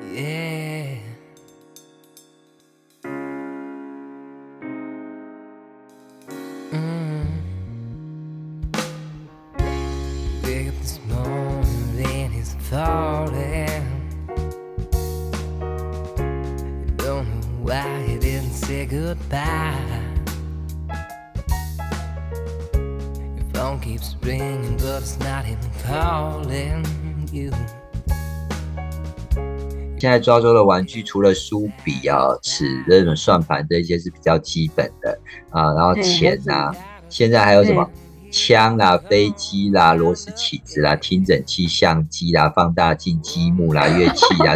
Yeah. Wake up this morning, rain is falling. You don't know why you didn't say goodbye. Your phone keeps ringing, but it's not him calling you. 现在抓周的玩具除了书笔啊、尺这种算盘这些是比较基本的啊，然后钱啊，现在还有什么枪啦、飞机啦、螺丝起子啦、听诊器、相机啦、放大镜、积木啦、乐器啦，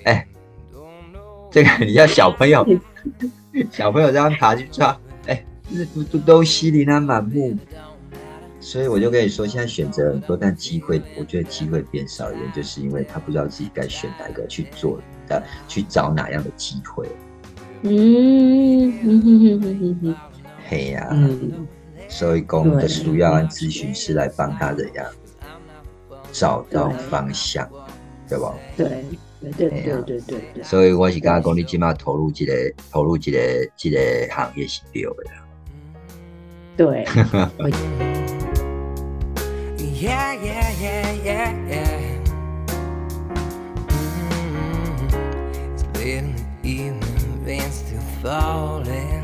这个你要小朋友这样爬去抓，都稀零它满目。所以我就跟你说，现在选择很多，但机会，我觉得机会变少的原因，就是因为他不知道自己该选哪一个去做去找哪样的机会。嘿呀、所以公的需要按咨询师来帮他怎样找到方向，对吧？ 对。 所以我是刚刚讲，你起码投入这个行业是对的啦。 对。 Yeah, yeah, yeah, yeah, yeah. It's late in the evening, rain's still falling.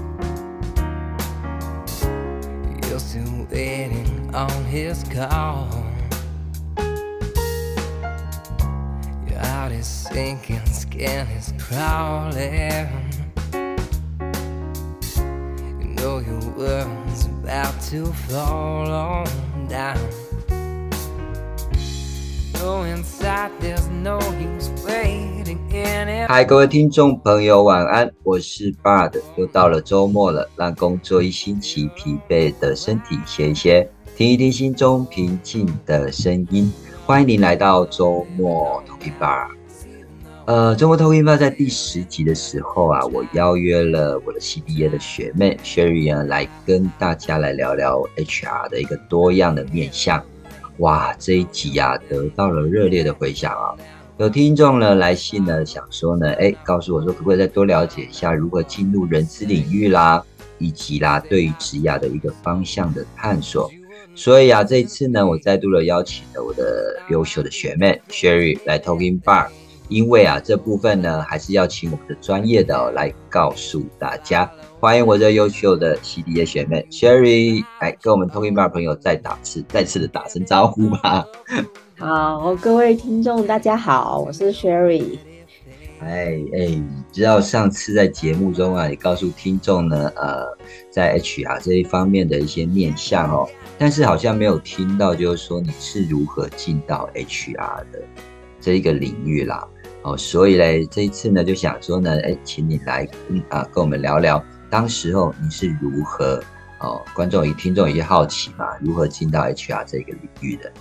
You're still waiting on his call. Your heart is sinking, skin is crawling. You know your world's about to fall on down.No inside, there's no use waiting in it. 嗨，各位听众朋友，晚安！我是 Bard， 又到了周末了，让工作一星期疲惫的身体歇一歇，听一听心中平静的声音。欢迎您来到周末 Talking Bar。周末 Talking Bar 在第10集的时候啊，我邀约了我的 CDA 的学妹 Sherry 啊，来跟大家来聊聊 HR 的一个多样的面向。哇，这一集啊得到了热烈的回响啊！有听众呢来信呢，想说呢，告诉我说可不可以再多了解一下如何进入人资领域啦，以及啦对于职涯的一个方向的探索。所以啊，这一次呢，我再度的邀请了我的优秀的学妹 Sherry 来 Talking Bar， 因为啊这部分呢还是要请我们的专业的来告诉大家。欢迎我这优秀的 CDA 学妹 Sherry， 来跟我们 Talking Bar 朋友再次的打声招呼吧。 好，各位听众大家好，我是 Sherry。 你知道上次在节目中啊，也告诉听众呢，在 HR 这一方面的一些面向哦，但是好像没有听到，就是说你是如何进到 HR 的这一个领域啦。所以嘞，这一次呢，就想说呢，请你来跟我们聊聊，当时候你是如何观众听众也好奇嘛，如何进到 HR 这个领域的？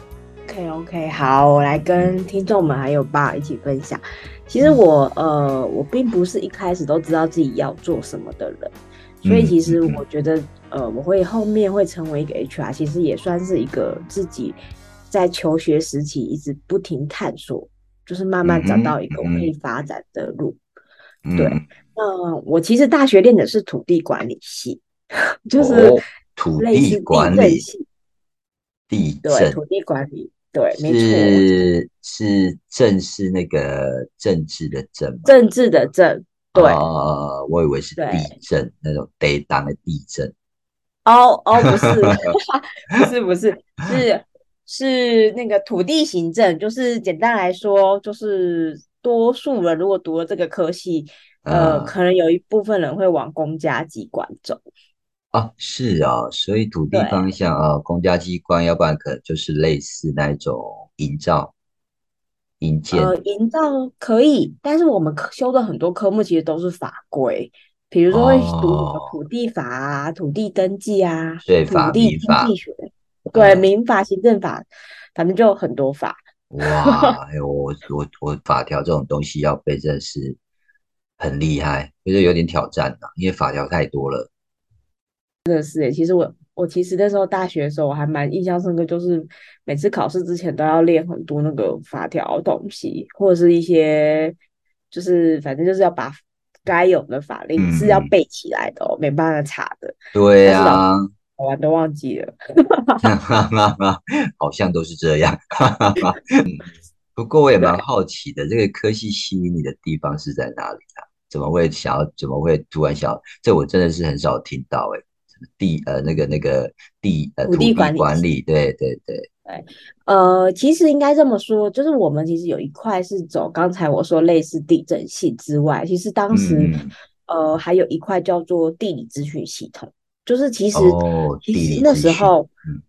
OK， 好，我来跟听众们还有爸一起分享。其实我并不是一开始都知道自己要做什么的人，所以其实我觉得我会后面会成为一个 HR， 其实也算是一个自己在求学时期一直不停探索，就是慢慢找到一个我可以发展的路。对，我其实大学练的是土地管理系，就是土类似地管理， 对，土地管理。对，没错， 是政是那个政治的政吗？ 政治的政，对。 我以为是地震那种地当的地震。 不是，不是，是那个土地行政，就是简单来说，就是多数人如果读了这个科系，可能有一部分人会往公家机关走。 是啊，所以土地方向公家机关，要不然可能就是类似那种营造、营建。 营造可以，但是我们修的很多科目其实都是法规，比如说会读什么土地法啊、土地登记啊、 税法、 土地民法， 经济学，对，民法、行政法，反正就很多法。 哇，我法条这种东西要背，真的是很厉害，就是有点挑战啊，因为法条太多了。 真的是其实我我其实那时候大学的时候，我还蛮印象深刻，就是每次考试之前都要练很多那个法条东西，或者是一些就是反正就是要把该有的法令是要嗯嗯， 背起来的哦，没办法查的。 对但是老师啊， 考完都忘记了。 好像都是这样。不过我也蛮对， 好奇的，这个科系吸引你的地方是在哪里啊？怎么会突然想要？这我真的是很少听到诶，什么那个土地土地管理系。 管理，对对对， 对，其实应该这么说，就是我们其实有一块是走刚才我说类似地震系之外，其实当时嗯嗯， 还有一块叫做地理资讯系统，就是其实哦，地理那资讯， 时候嗯，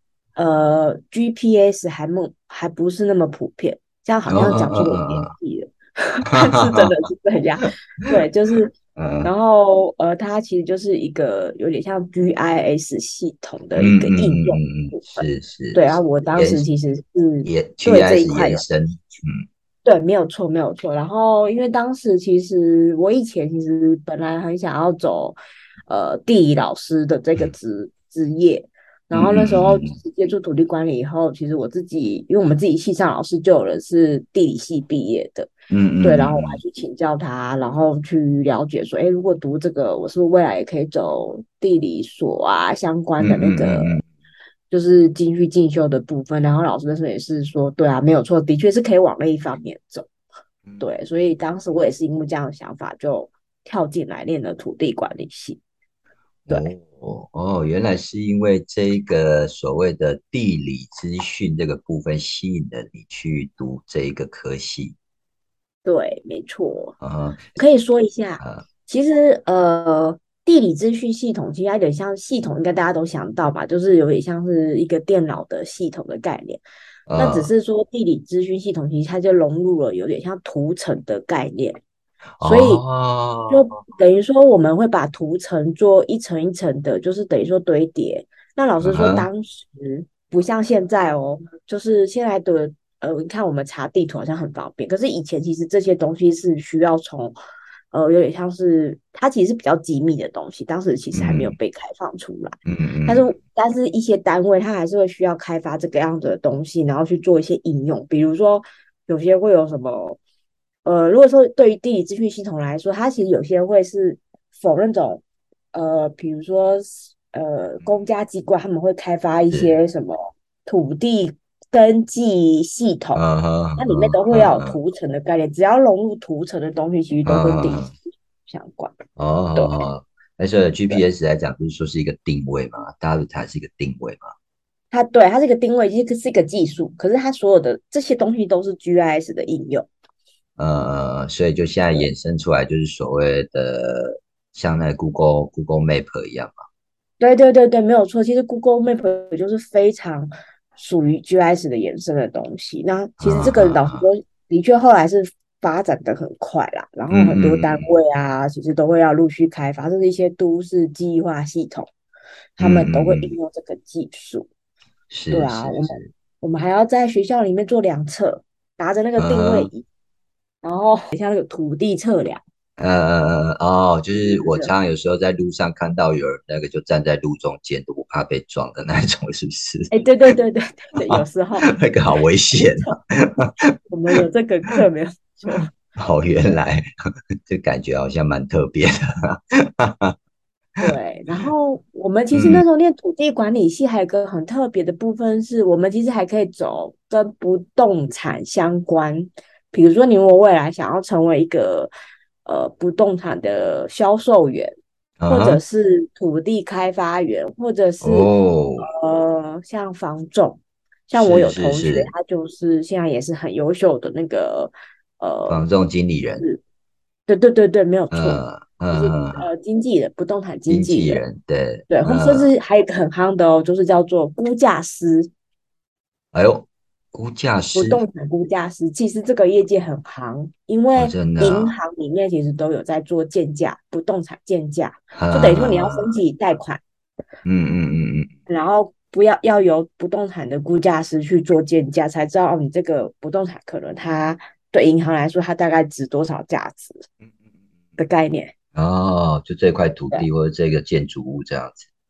GPS 还不是那么普遍，这样好像讲出我的年嗯， 纪了，但是真的是这样，对，就是然后它其实就是一个有点像 GIS 系统的一个应用部分。 是是对啊， 是， 我当时其实是对这一 GIS 块有延伸，嗯对，没有错，没有错。然后，因为当时其实我以前其实本来很想要走地理老师的这个职业，然后那时候嗯接触土地管理以后，其实我自己因为我们自己系上老师就有人是地理系毕业的，对，然后我还嗯去请教他，然后去了解说，哎，如果读这个，我是不是未来也可以走地理所啊相关的那个， 嗯就是继续进修的部分。然后老师那时候也是说，对啊，没有错，的确是可以往那一方面走。 嗯。 对，所以当时我也是因为这样的想法，就跳进来练了土地管理系。对。 哦，原来是因为这个所谓的地理资讯这个部分吸引了你去读这一个科系对，没错， 啊可以说一下。 啊其实地理资讯系统其实它有点像系统，应该大家都想到吧，就是有点像是一个电脑的系统的概念。那只啊是说地理资讯系统其实它就融入了有点像图层的概念，所以就哦等于说我们会把图层做一层一层的，就是等于说堆叠。那老实说， 嗯哼当时不像现在哦，就是现在的你看我们查地图好像很方便，可是以前其实这些东西是需要从有点像是它其实是比较机密的东西，当时其实还没有嗯被开放出来。 嗯但是嗯一些单位它还是会需要开发这个样子的东西，然后去做一些应用，比如说有些会有什么如果说对于地理资讯系统来说，它其实有些会是否那种比如说公家机关他们会开发一是些什么土地登记系统， 嗯哼那里面都会要有嗯图层的概念，只要融入图层的东西，其实都跟地理嗯相关。对。 哦，但是对。 GPS 来讲，不是说是一个定位嘛？大家它是一个定位嘛？ 它是一个定位，其实是一个技术，可是它所有的这些东西都是 GIS 的应用。 所以就现在衍生出来就是所谓的像那 Google Map 一样嘛。 对对对对，没有错。其实 Google Map 就是非常属于 GIS 的延伸的东西。那其实这个老实说，的确后来是发展的很快啦。然后很多单位啊，其实都会要陆续开发，甚至一些都市计划系统，他嗯们都会应嗯嗯， 用这个技术。对是啊， 是是， 我们还要在学校里面做量测，拿着那个嗯哼， 定位仪，然后很像那个土地测量。 哦，就是我这个常常有时候在路上看到有人那个就站在路中间，都不怕被撞的那一种，是不是？ 哎，对对对对对对，有时候那个好危险没错，我们有这个课没有错。 哦，原对来这感觉好像蛮特别的。 对，然后我们其实嗯那时候念土地管理系，还有一个很特别的部分是，我们其实还可以走跟不动产相关，比如说你如果未来想要成为一个不动产的销售员，或者嗯哼， 是土地开发员，或者是哦， 像房仲，像我是有同学， 是是， 他就是现在也是很优秀的那个房仲经理人， 是对对对对，没有错，就是经纪人，不动产经经纪人， 纪人，对， 对，或甚至还有一个很夯的哦，就是叫做估价师， 哎呦，估价不师， 动产估价师。其实这个业界很行，因哦， 为真的啊， 银行里面其实都有在做鉴价，不动产鉴价，就等于说你要啊， 申请贷款， 嗯， 然后不要要由不动产的估价师去做鉴价，才知道哦，你这个不动产可能它对银行来说，它大概值多少价值的概念。 哦，就这块土对。 地或者这个建筑物这样子，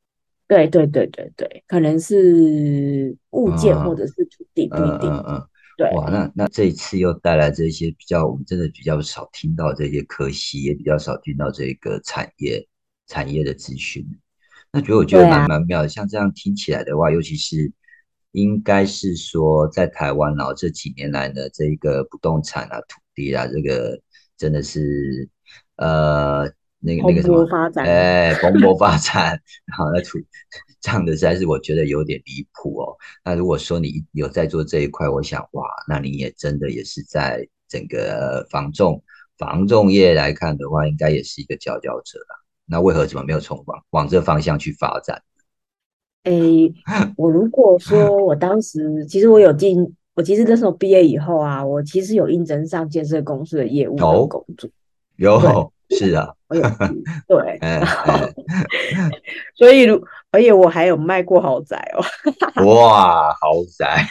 对对对对对，可能是物件或嗯者是土地，不一定。 嗯，哇， 对那这一次又带来这些比较我们真的比较少听到这些科系，也比较少听到这个产业的资讯。那我觉得对啊， 蛮妙的，像这样听起来的话，尤其是应该是说在台湾然后这几年来呢，这个不动产啊、土地啊，这个真的是呃那个蓬什么， 勃发展。 哎，蓬勃发展，然后这样的实在是我觉得有点离谱哦。那如果说你有在做这一块，我想哇，那你也真的也是在整个房仲业来看的话，应该也是一个佼佼者啦。那为何怎么没有从往这方向去发展？ 诶，我如果说我当时其实我有进，我其实那时候毕业以后啊，我其实有应征上建设公司的业务的有工作。对， 有，是啊， 我有去，对，然后哎哎， 所以而且我还有卖过豪宅哦。 哇，豪宅，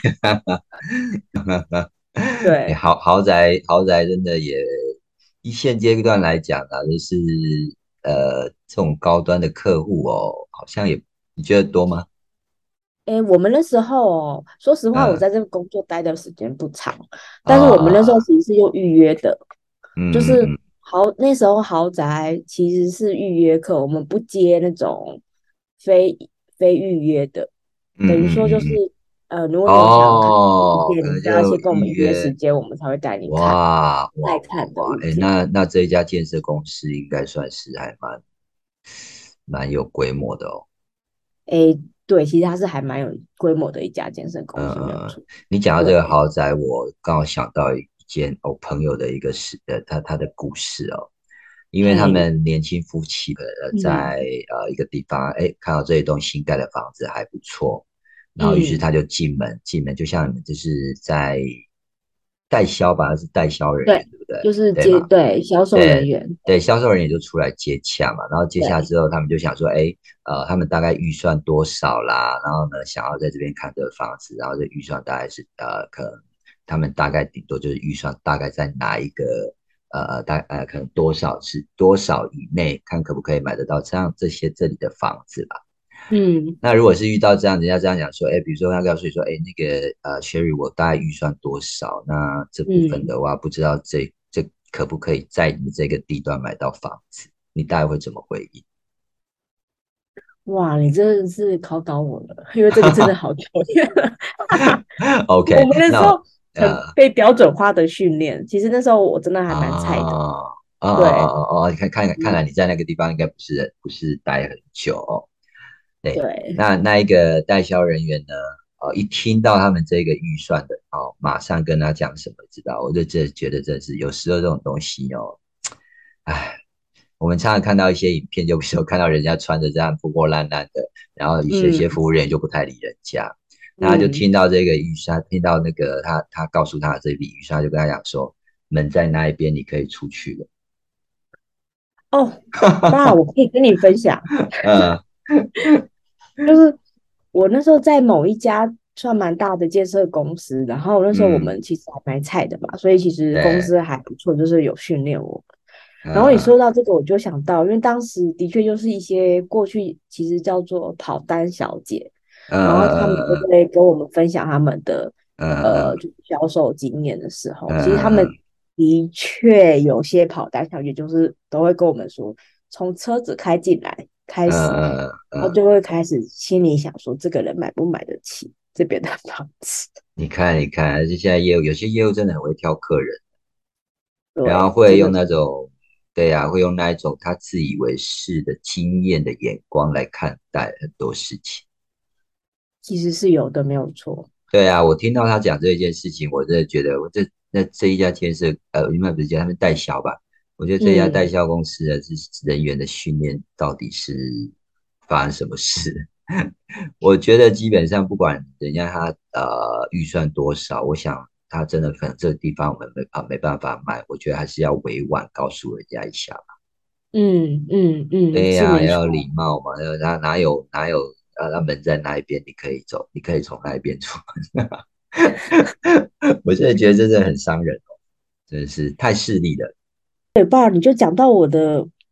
哎， 对， 豪宅真的也一现阶段来讲啊，就是这种高端的客户哦，好像也你觉得多吗？ 诶，我们那时候哦，说实话，我嗯在这个工作待的时间不长， 啊但是我们那时候啊啊， 其实是用预约的，就是嗯嗯嗯那时候豪宅其实是预约客，我们不接那种非非预约的，等于说就是嗯， 如果你有想要看物哦， 件，你可能就就要先跟我们约时预约， 间，我们才会带你看哇哇待哇哇， 看的物哎， 件。 那这一家建设公司应该算是还蛮有规模的哦。 诶，对，其实它是还蛮有规模的一家健身公司，没有错。 你讲到这个对， 豪宅，我刚好想到一件我朋友的一个他的故事哦。因为他嘿， 们年轻夫妻嗯在一个地方，哎，看到这一栋新盖的房子还不错，然后于是嗯， 他就进门就像你们就是在代销吧，他是代销人员， 对， 对不对？ 就是对吗？ 对销售人对员， 对，销售人员就出来接洽嘛，然后接洽对， 之后，他们就想说，哎，他们大概预算多少啦？然后呢，想要在这边看这个房子，然后这预算大概是可能他们大概顶多就是预算大概在哪一个可能多少以内，看可不可以买得到这里的房子吧。 嗯那如果是遇到这样，人家这样讲说，哎，比如说他告诉你说，哎，那个Sherry，我大概预算多少？那这部分嗯， 的话，不知道这可不可以在你这个地段买到房子？你大概会怎么回应？ 哇，你真的是考倒我了，因为这个真的好久远了。我 OK， 们那时候那很呃被标准化的训练，其实那时候我真的还蛮菜的。 啊对， 你看来嗯， 你在那个地方应该不是待很久哦。对， 对， 那一个代销人员呢，一听到他们这个预算的，马上跟他讲什么，知道？我就觉得真是有时候这种东西哦，唉，我们常常看到一些影片，就比如说看到人家穿着这样破破烂烂的，然后有些嗯服务人员就不太理人家，然后就嗯， 听到这个预算，听到那个他告诉他的这笔预算，就跟他讲说，门在那一边，你可以出去了。 哦，爸，我可以跟你分享。 嗯， 就是我那时候在某一家算蛮大的建设公司，然后那时候我嗯， 们其实还蛮菜的嘛，所以其实公对， 司还不错，就是有训练我们。然后你嗯说到这个，我就想到，因为当时的确就是一些过去其实叫做跑单小姐， 嗯然后他们就嗯会跟我们分享他们的嗯就是销售经验的时候，其实他们嗯嗯的确有些跑单小姐就是都会跟我们说，从车子开进来开始，然后就会开始心里想说，这个人买不买得起这边的房子？ 你看，而且现在有些业务真的很会挑客人，然后对， 会用真的那种，对呀、会用那一种他自以为是的经验的眼光来看待很多事情。 其实是有的，没有错。 对啊，我听到他讲这一件事情，我真的觉得这一家建设，应该不是叫他们代销吧？我觉得这家代嗯， 销公司的人员的训练到底是发生什么事？我觉得基本上不管人家他预算多少，我想他真的可能这个地方我们没办法买，我觉得还是要委婉告诉人家一下吧。 嗯嗯嗯， 对呀、 是没错。 要礼貌嘛，哪有那门在那一边，你可以走，你可以从那一边出门。我真的觉得这真的很伤人哦，真的是太势利了。 对吧？你就讲到我的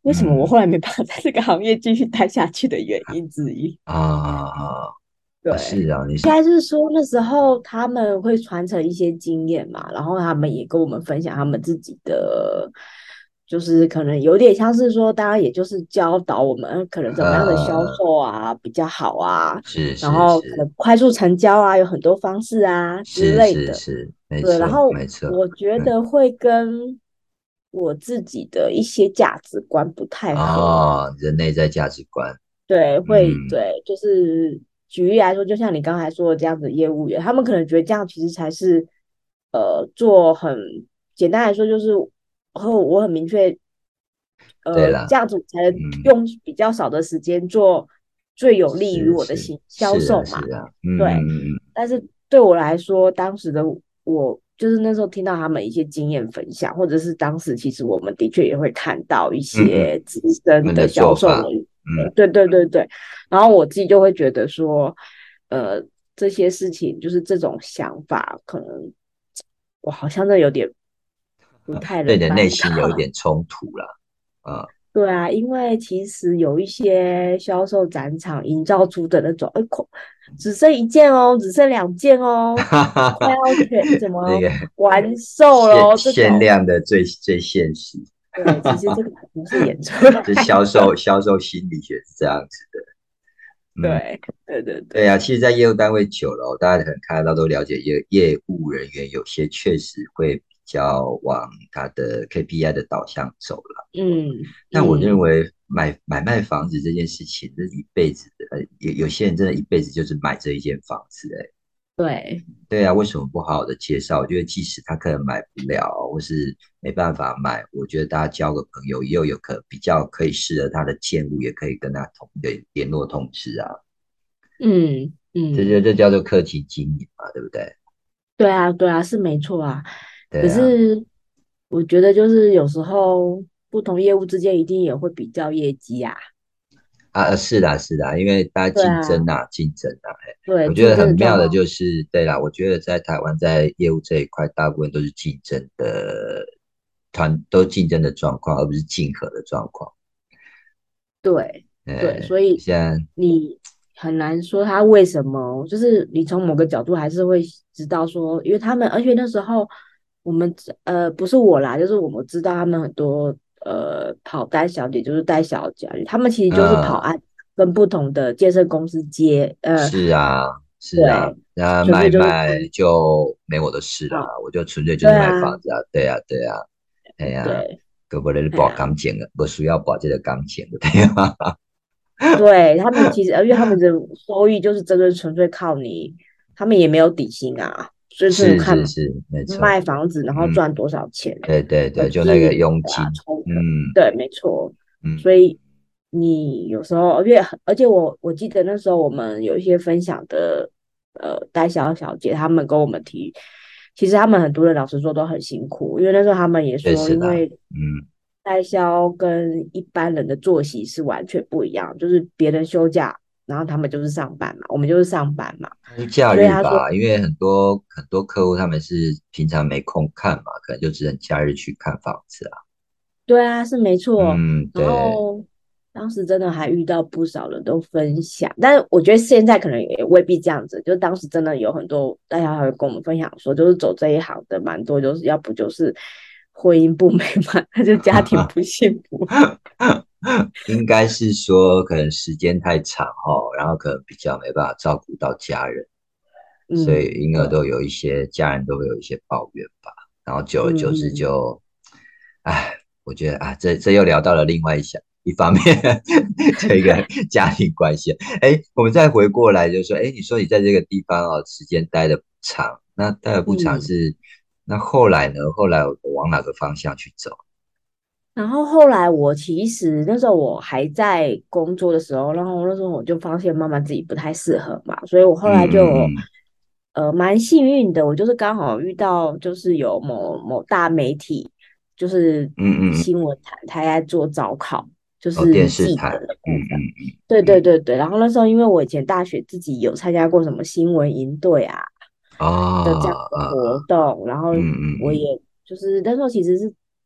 为什么我后来没办法在这个行业继续待下去的原因之一。 啊对， 是啊，你应该是说那时候他们会传承一些经验嘛，然后他们也跟我们分享他们自己的，就是可能有点像是说，当然也就是教导我们可能怎么样的销呃售啊比较好啊， 是然后可是是能快速成交啊，有很多方式啊之是类的。 是是，没对，然错后没错， 我觉嗯得会跟我自己的一些价值观不太合。 人内在价值观， 对，会嗯对，就是举例来说，就像你刚才说的这样子，业务员他们可能觉得这样其实才是，做很简单来说就是，我很明确， 对啦， 这样子才能嗯用比较少的时间做最有利于我的是是销是啊售嘛。 是啊， 对，但是对我来说，当时的我就是那时候听到他们一些经验分享，或者是当时其实我们的确也会看到一些资深的他们的做法， 销售人员， 嗯对对对对，然后我自己就会觉得说，呃，这些事情就是这种想法，可能我好像真的有点不太对你的内能办心有一到。 点冲突啦，啊， 对啊，因为其实有一些销售展场营造出的那种，只剩一件哦，只剩两件哦， 哈哈快哈， 要怎么那个完售限喽？这种， 限量的最现实， 对，其实这个不是演出这来的， 销售心理学是这样子的，嗯。 对，对对对， 对啊，其实，在业务单位久了哦，大家可能看得到都了解业务人员有些确实会比较往他的 KPI 的导向走了。 嗯但我认嗯， 为买卖房子这件事情，这是一辈子的，有些人真的一辈子就是买这一间房子，哎， 对， 对啊，为什么不好好的介绍？我觉得即使他可能买不了，或是没办法买，我觉得大家交个朋友，又有比较可以适合他的建物，也可以跟他联络通知啊。 嗯嗯， 这叫做客气经营嘛，对不对？ 对啊对啊，是没错啊。可对啊， 是我觉得就是有时候不同业务之间一定也会比较业绩啊。 是的，是的，因为大家对啊， 竞争啊， 对， 我觉得竞争很妙的的状况， 就是，对啦，我觉得在台湾在业务这一块，大部分都是竞争的都竞争的状况，而不是竞合的状况。 对对，所以现在你很难说他为什么，就是你从某个角度还是会知道说，因为他们，而且那时候我们不是我啦，就是我们知道他们很多跑单小姐，就是带小姐，他们其实就是跑嗯， 案，跟不同的健身公司接， 是啊，是啊， 对， 那纯粹就是卖就没我的事啦， 啊， 我就纯粹就是卖对啊， 房子啊，对啊，对啊，哎呀， 对， 个不能保哎呀。 钢琴的，不需要保这个钢琴的，对啊， 对，他们其实，因为他们的收益就是真的纯粹靠你，他们也没有底薪啊，就是是看是是，没错。 卖房子然后赚多少钱， 对对对， 就是就那个佣对啊， 金， 抽成， 嗯对，没错。 嗯， 所以你有时候，而且我记得那时候我们有一些分享的代销小姐，她们跟我们提，其实他们很多人老实说都很辛苦，因为那时候他们也说， 确实啦， 因为嗯， 代销跟一般人的作息是完全不一样，就是别人休假，然后他们就是上班嘛，我们就是上班嘛， 是假所以他说， 日吧，因为很多客户他们是平常没空看嘛，可能就只能假日去看房子啊， 对啊，是没错。 嗯， 然对， 后当时真的还遇到不少人都分享，但是我觉得现在可能也未必这样子。就当时真的有很多大家还会跟我们分享说，就是走这一行的蛮多，就是要不就是婚姻不美满，那就家庭不幸福。 应该是说可能时间太长哦，然后可能比较没办法照顾到家人，所以嗯，对， 因而都有一些家人都会有一些抱怨吧，然后久而久之嗯嗯， 就，唉，我觉得啊，这又聊到了另外一方面这个家庭关系。哎，我们再回过来就说，哎，你说你在这个地方哦，时间待的不长，那待的不长嗯。 是那后来呢？后来我往哪个方向去走？ 然后后来我其实那时候我还在工作的时候，然后那时候我就发现慢慢自己不太适合嘛，所以我后嗯来就嗯蛮幸运的，我就是刚好遇到就是有某大媒体就是嗯， 新闻台在做招考，就哦，电是视台， 记者的部分。对嗯， 对对对，然后那时候因为我以前大学自己有参加过什么新闻营队啊， 哦， 的这样的活动，然后嗯嗯嗯， 我也就是那时候其实是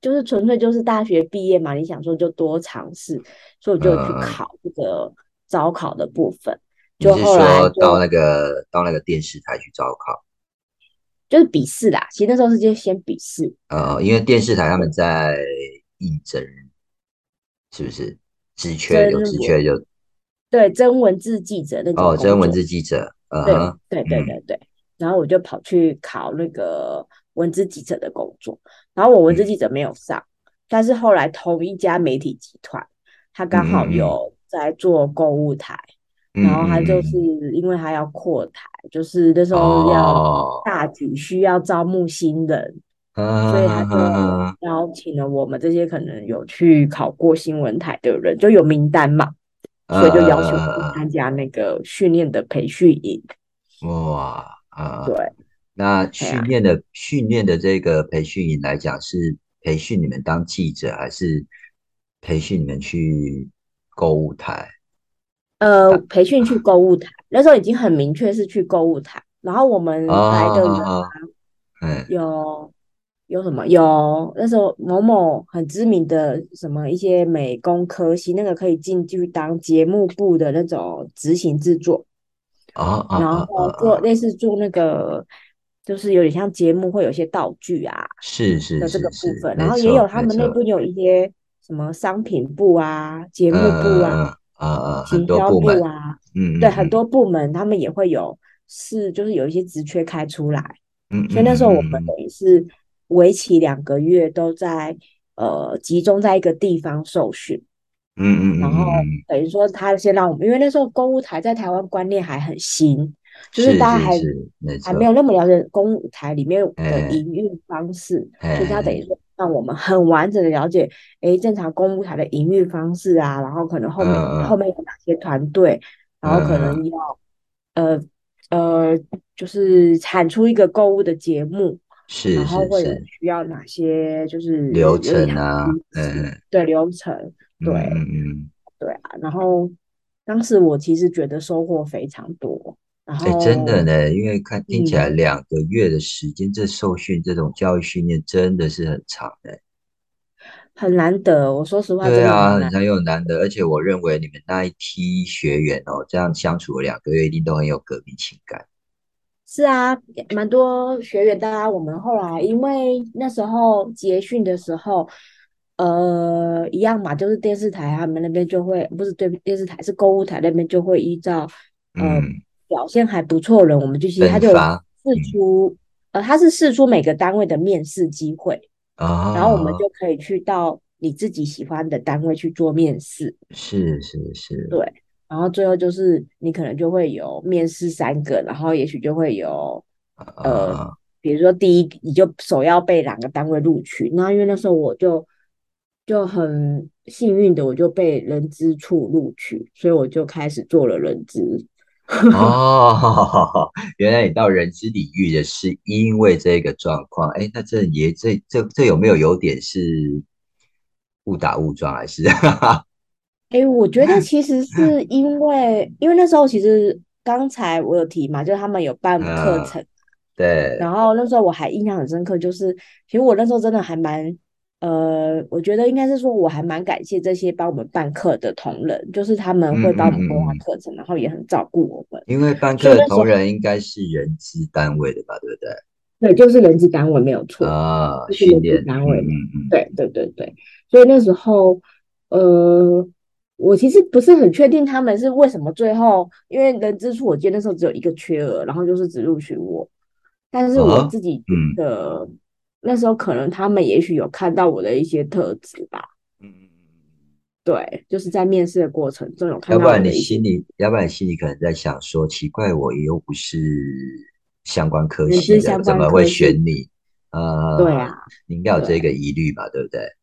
就是纯粹就是大学毕业嘛，你想说就多尝试，所以我就去嗯， 考这个招考的部分， 你是就后来说到就那个电视台去招考？ 就是笔试啦，其实那时候是先笔试， 因为电视台他们对， 在应征，是不是？职缺有征文， 职缺就对，征文字记者那种哦， 工作， 真文字记者， 对哼， 对对嗯对对，然后我就跑去考那个文字记者的工作，然后我文字记嗯者没有上，但是后来同一家媒体集团，他嗯刚好嗯有在做购物台，然嗯后他就是嗯嗯， 因为他要扩台，就是那时候要哦， 大举需要招募新人，所以他嗯就嗯邀请了我们这些可能有去考过新闻台的人，就有名单嘛，所以就邀请我去嗯， 参加那个训练的培训营。 哇啊， 对， 那哎呀， 训练的这个培训营来讲，是培训你们当记者，还是培训你们去购物台？ 培训去购物台，那时候已经很明确是去购物台。然后我们来的人哦，嗯， 有什么？有那时候某某很知名的什么一些美工科系，那个可以进去当节目部的那种执行制作， 啊啊然啊啊后啊， 类似做那个，就是有点像节目会有一些道具啊是是的这个是是， 部分，然后也有没错他们内没错， 部有一些什么商品部啊、节目部啊、 很行销多部门， 部啊，对，很嗯嗯嗯多部门他们也会有就是有一些职缺开出来，所以那时候我们嗯嗯嗯等于是为期2个月都在集中在一个地方受训。 嗯嗯嗯然后嗯嗯嗯， 等于说他先让我们，因为那时候购物台在台湾观念还很新，就是是大家还是是，没错， 还没有那么了解购物台里面的哎营运方式，所以他等于哎， 说让我们很完整的了解，诶，正常购物台的营运方式啊，然后可能后嗯面后嗯面有哪些团队，然后可嗯嗯， 能要呃就是产出一个购物的节目， 是然后会有是是， 需要哪些就是流有点像程啊， 仪式嗯的流程， 嗯对。 嗯嗯， 对啊，然后当时我其实觉得收获非常多，然哎，真的后呢，因为听起来嗯， 2个月的时间，这受训这种教育训练真的是很长的。 很难得，我说实话对啊， 真的很难。 很有难的，而且我认为你们那一批学员哦，这样相处了2个月，一定都很有革命情感。 是啊，蛮多学员，大家我们后来因为那时候结训的时候，一样嘛，就是电视台他们那边就会，不是对电视台，是购物台那边就会依照呃嗯， 表现还不错的人，我们就其实他就分发，嗯他是试出每个单位的面试机会，然后我们啊， 就可以去到你自己喜欢的单位去做面试。 是是是， 对，然后最后就是你可能就会有面试3个，然后也许就会有呃， 啊比如说第一你就首要被哪个单位录取，那因为那时候我就很幸运的我就被人资处录取，所以我就开始做了人资。 哦，原来你到人资领域的是因为这个状况，哎，那这有没有点是误打误撞，还是？ 诶，我觉得其实是因为那时候其实刚才我有提嘛，就是他们有办课嗯， 程， 对， 然后那时候我还印象很深刻，就是其实我那时候真的还蛮我觉得应该是说我还蛮感谢这些帮我们办课的同仁，就是他们嗯会帮我们规划嗯嗯嗯， 课程，然后也很照顾我们， 因为办课的所以那时候同仁应该是人资单位的吧，对不对？ 对，就是人资单位没有错， 啊， 就是人资训练， 单位的， 嗯， 对对对对，所以那时候呃。我其实不是很确定他们是为什么最后，因为人资处我记得那时候只有一个缺额，然后就是只录取我，但是我啊， 自己觉嗯得那时候可能他们也许有看到我的一些特质吧， 嗯， 对，就是在面试的过程中有看要不然你到我的一些心里，要不然你心里可能在想说，奇怪，我又不是相关科人系的， 资相关怎么会科系， 选你？ 对啊， 你应该有这个对， 疑虑吧，对不对？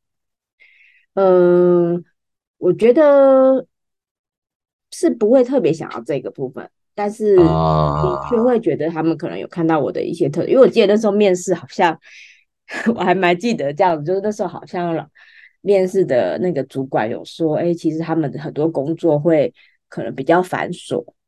嗯，我觉得是不会特别想要这个部分，但是的确啊， 会觉得他们可能有看到我的一些特质，因为我记得那时候面试好像我还蛮记得这样子，就是那时候好像面试的那个主管有说，哎，其实他们的很多工作会可能比较繁琐，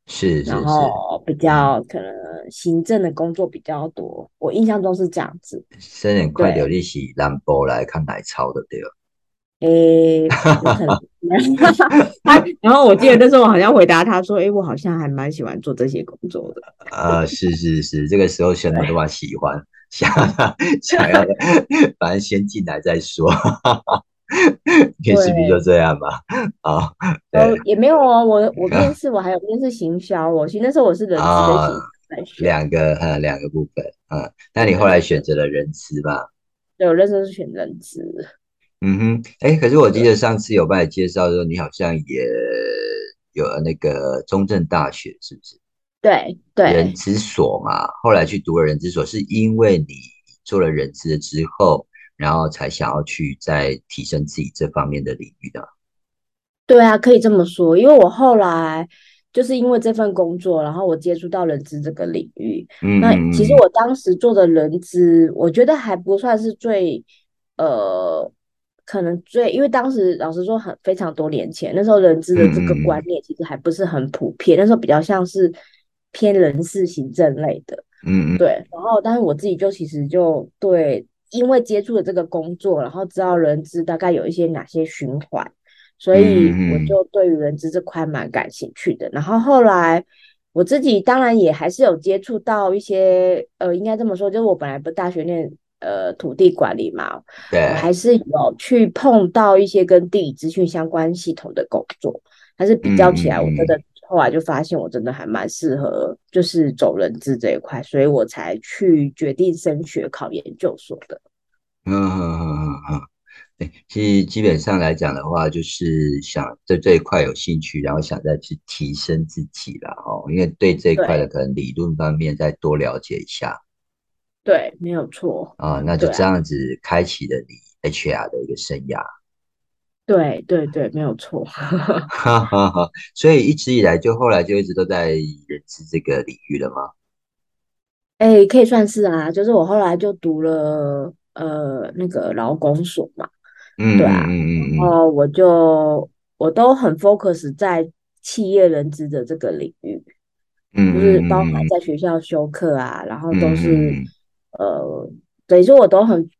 然是是是， 后比嗯， 较可能行政的工作比较多，我印象中是这样子。 生人快对， 点你是兰博来看奶超的对了。 有可能。然后我记得那时候我好像回答他说，我好像还蛮喜欢做这些工作的。 是是是，这个时候什么都嘛喜欢，想想要，反正先进来再说，面试不就对， 这样吗？啊、对也没有哦，我面试我还有面试行销哦，其实那时候我是人资跟啊、 行销在选。 两个部分，那对你后来对对对， 选择了人资吧？ 对我那时候是选人资。 嗯哼，哎，可是我记对得上次有帮你介绍说，你好像也有那个中正大学，是不是？ 对对。 人资所嘛，后来去读了人资所，是因为你做了人资之后，然后才想要去再提升自己这方面的领域的。 对啊，可以这么说，因为我后来就是因为这份工作，然后我接触到人资这个领域。 嗯那其实嗯嗯我当时做的人资，我觉得还不算是最，呃，可能最，因为当时老实说非常多年前，那时候人资的这个观嗯念其实还不是很普遍，那时候比较像是偏人事行政类的。 嗯嗯对，然后但是我自己就其实就对，因为接触了这个工作，然后知道人资大概有一些哪些循环。所以我嗯嗯就对于人资这块蛮感兴趣的。然后后来我自己当然也还是有接触到一些，应该这么说，就是我本来不是大学念土地管理嘛，我对， 还是有去碰到一些跟地理资讯相关系统的工作。但是比嗯较起来，我真的嗯嗯后来就发现我真的还蛮适合，就是走人资这一块，所以我才去决定升学考研究所的。 嗯嗯嗯嗯嗯。对，其实基本上来讲的话，就是想对这一块有兴趣，然后想再去提升自己啦，因为对这一块的对可能理论方面再多了解一下对，没有错。 那就对啊。 这样子开启了你 HR 的一个生涯。 对对对，没有错。 哈哈哈，所以一直以来就后来就一直都在人资这个领域了吗？ 哎，可以算是啊，就是我后来就读了那个劳工所嘛。对啊， 嗯嗯嗯然嗯嗯后我都很 focus 在企业人资的这个领域， 嗯就是包含嗯嗯在学校修课啊，然后都嗯是嗯等于说我都很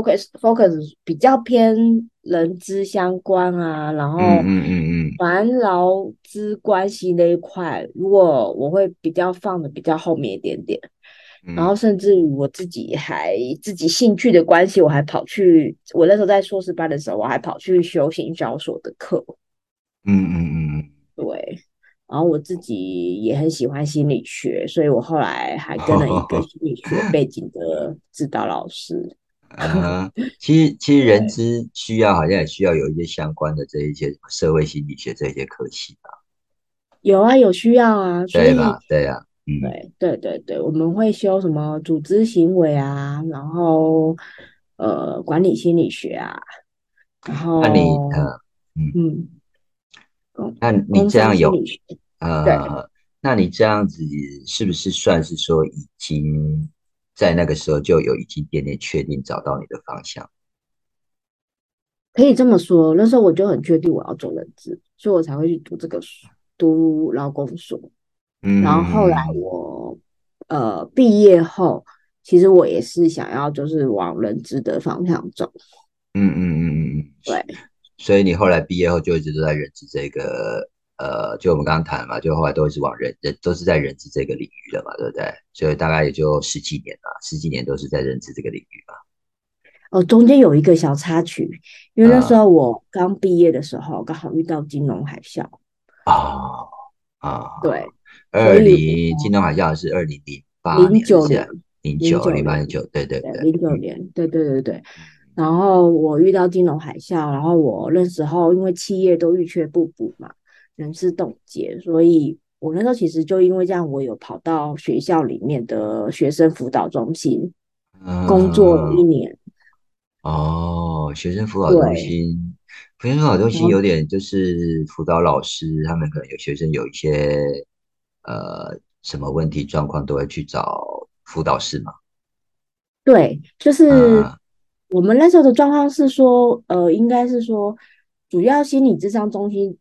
focus 比较偏人资相关啊，然后嗯嗯嗯嗯反正劳资关系那一块，如果我会比较放的比较后面一点点。然嗯后甚至于我自己兴趣的关系，我还跑去，我那时候在硕士班的时候，我还跑去修行销所的课。 嗯嗯嗯对，然后我自己也很喜欢心理学，所以我后来还跟了一个嗯， 心理学背景的指导老师。 其实人对， 资需要好像也需要有一些相关的这一些社会心理学这一些科系吧， 有啊，有需要啊，所以对吧？对呀，嗯， 对对对对，我们会修什么组织行为啊，然后管理心理学啊，然那你后嗯， 嗯。工那你工商这样有心理学。对， 呃，那你这样子是不是算是说已经在那个时候就有已经点点确定找到你的方向？ 可以这么说。那时候我就很确定我要做人资，所以我才会去读这个读劳工所。然后后来嗯我毕业后，其实我也是想要就是往人资的方向走。对所以你后来毕业后就一直都在人资这个就我们刚刚谈嘛，就后来都是往都是在人资这个领域了嘛，对不对？所以大概也就十几年了，十几年都是在人资这个领域嘛。 哦，中间有一个小插曲，因为那时啊候我刚毕业的时候，刚好遇到金融海啸。 啊啊！ 对，所以金融海啸是2008年还是这样？ 09年，零 09、 九年， 零八、09，对对对， 对， 零九嗯年，对对对对。 嗯然后我遇到金融海啸，然后我那时候因为企业都欲缺不补嘛，人事冻结，所以我那时候其实就因为这样，我有跑到学校里面的学生辅导中心工作了一嗯， 年。 哦， 对， 学生辅导中然后心有点就是辅导老师，他们可能有学生有一些什么问题状况，都会去找辅导室嘛。 对，就是嗯我们那时候的状况是说，应该是说，主要心理咨商中心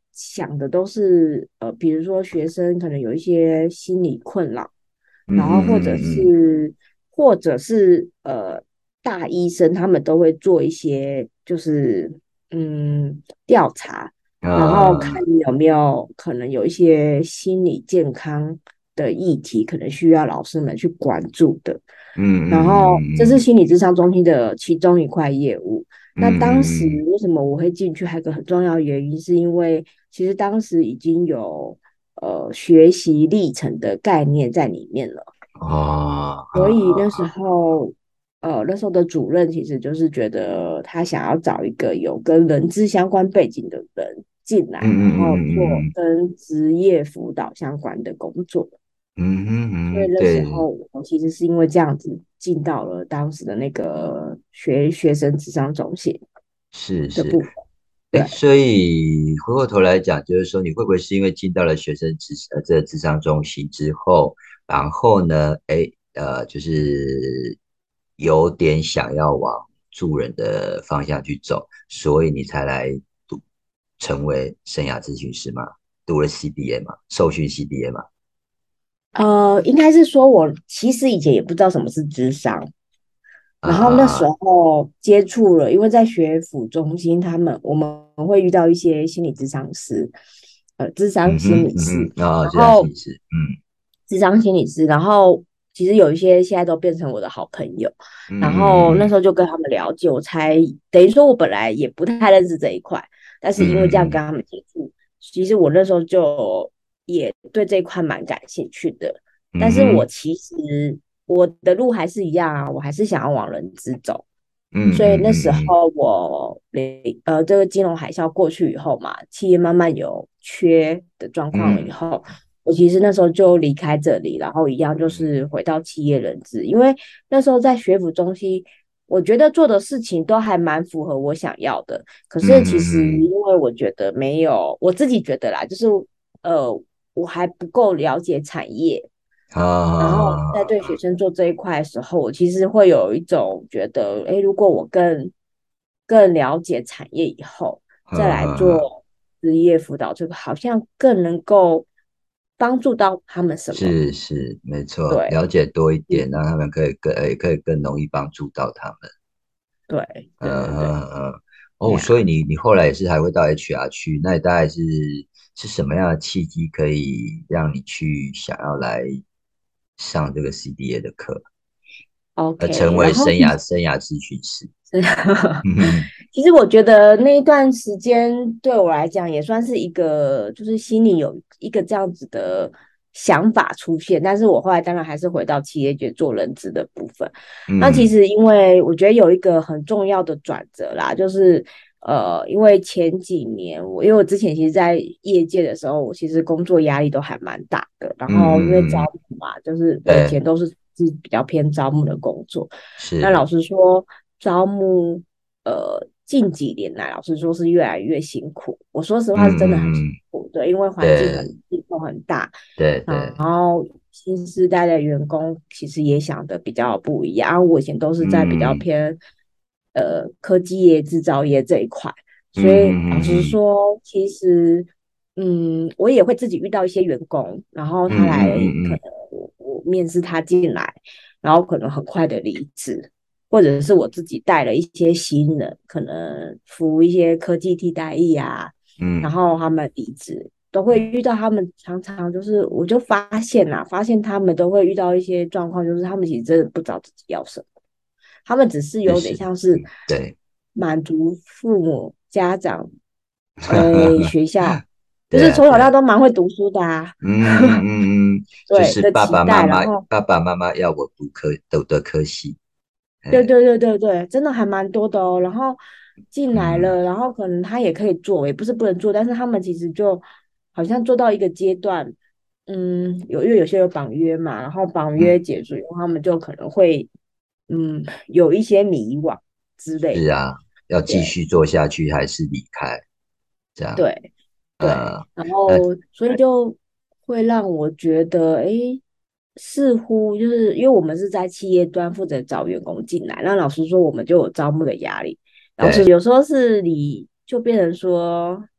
想的都是比如说学生可能有一些心理困扰，然后嗯嗯或者是大医生他们都会做一些就是调查，然后看啊， 你有没有可能有一些心理健康的议题，可能需要老师们去关注的。然后这是心理咨商中心的其中一块业务。那当时为什么我会进去？还有一个很重要的原因，是因为其实当时已经有学习历程的概念在里面了。 哦， 所以那时候的主任其实就是觉得他想要找一个有跟人资相关背景的人进来，然后做跟职业辅导相关的工作。所以那时对， 候我其实是因为这样子进到了当时的那个学生智商中心是是， 的部分。 哎， 对， 所以回过头来讲，就是说你会不会是因为进到了这个智商中心之后，然后呢，就是有点想要往助人的方向去走，所以你才来成为生涯咨询师嘛？读了 CBA 嘛，受训 CBA 嘛？ 应该是说我其实以前也不知道什么是智商，然后那时啊， 候接触了，因为在学辅中心，我们会遇到一些心理咨商师，咨商心理师，然这样后其实， 咨商心理师，然后其实有一些现在都变成我的好朋友，然后那时候就跟他们了解，我才等于说我本来也不太认识这一块，但是因为这样跟他们接触，其实我那时候就也对这一块蛮感兴趣的，但是我其实我的路还是一样啊，我还是想要往人资走。所以那时候这个金融海啸过去以后嘛，企业慢慢有缺的状况了以后，我其实那时候就离开这里，然后一样就是回到企业人资，因为那时候在学府中心，我觉得做的事情都还蛮符合我想要的。可是其实因为我觉得没有，我自己觉得啦，就是呃，我还不够了解产业，然后在对学生做这一块的时候，我其实会有一种觉得，诶，如果我更了解产业以后，再来做职业辅导，这个好像更能够帮助到他们什么？ 是是，没错，了对， 解多一点， 嗯， 让他们可以更容易帮助到他们。 对，对嗯对对， 哦， 对呀。 所以你后来也是还会到 HR 去，那你大概是什么样的契机可以让你去想要来上这个 CDA 的课，成 OK， 为然后生涯咨询师？嗯其实我觉得那一段时间对我来讲也算是一个，就是心里有一个这样子的想法出现，但是我后来当然还是回到企业界做人资的部分。那其嗯实因为我觉得有一个很重要的转折啦，就是因为前几年因为我之前其实在业界的时候，我其实工作压力都还蛮大的，然后因为招募嘛，就是我以对， 前都是比较偏招募的工作。那是， 老实说，招募近几年来，老实说是越来越辛苦。我说实话是真的很辛苦，对，因为环境对变动很大，然对对， 后新时代的员工其实也想的比较不一样。我以前都是在比较嗯偏科技业、制造业这一块，所以老实嗯说，其实我也会自己遇到一些员工，然后他来可能我面试他进来，然后可能很快的离职。或者是我自己带了一些新人，可能服一些科技替代役啊，然嗯后他们离职，都会遇到他们常常就是，我就发现他们都会遇到一些状况，就是他们其实真的不知道自己要什么，他们只是有点是是， 像是对， 满足父母、家长、学校，就是对啊对啊。 从小到大都蛮会读书的啊， 就是对的期待，然后爸爸妈妈要我读的科系，哎， 对对对对对，真的还蛮多的哦。然后进来嗯了，然后可能他也可以做，也不是不能做，但是他们其实就好像做到一个阶段，因为有些有绑约嘛，然后绑约嗯， 结束以后，他们就可能会有一些迷惘之类的。 是啊，要继对续做下去还是离开？这样， 对对， 呃， 然那后所以就会让我觉得，似乎就是因为我们是在企业端负责找员工进来，那老实说，我们就有招募的压力。老师对， 有时候是你就变成说，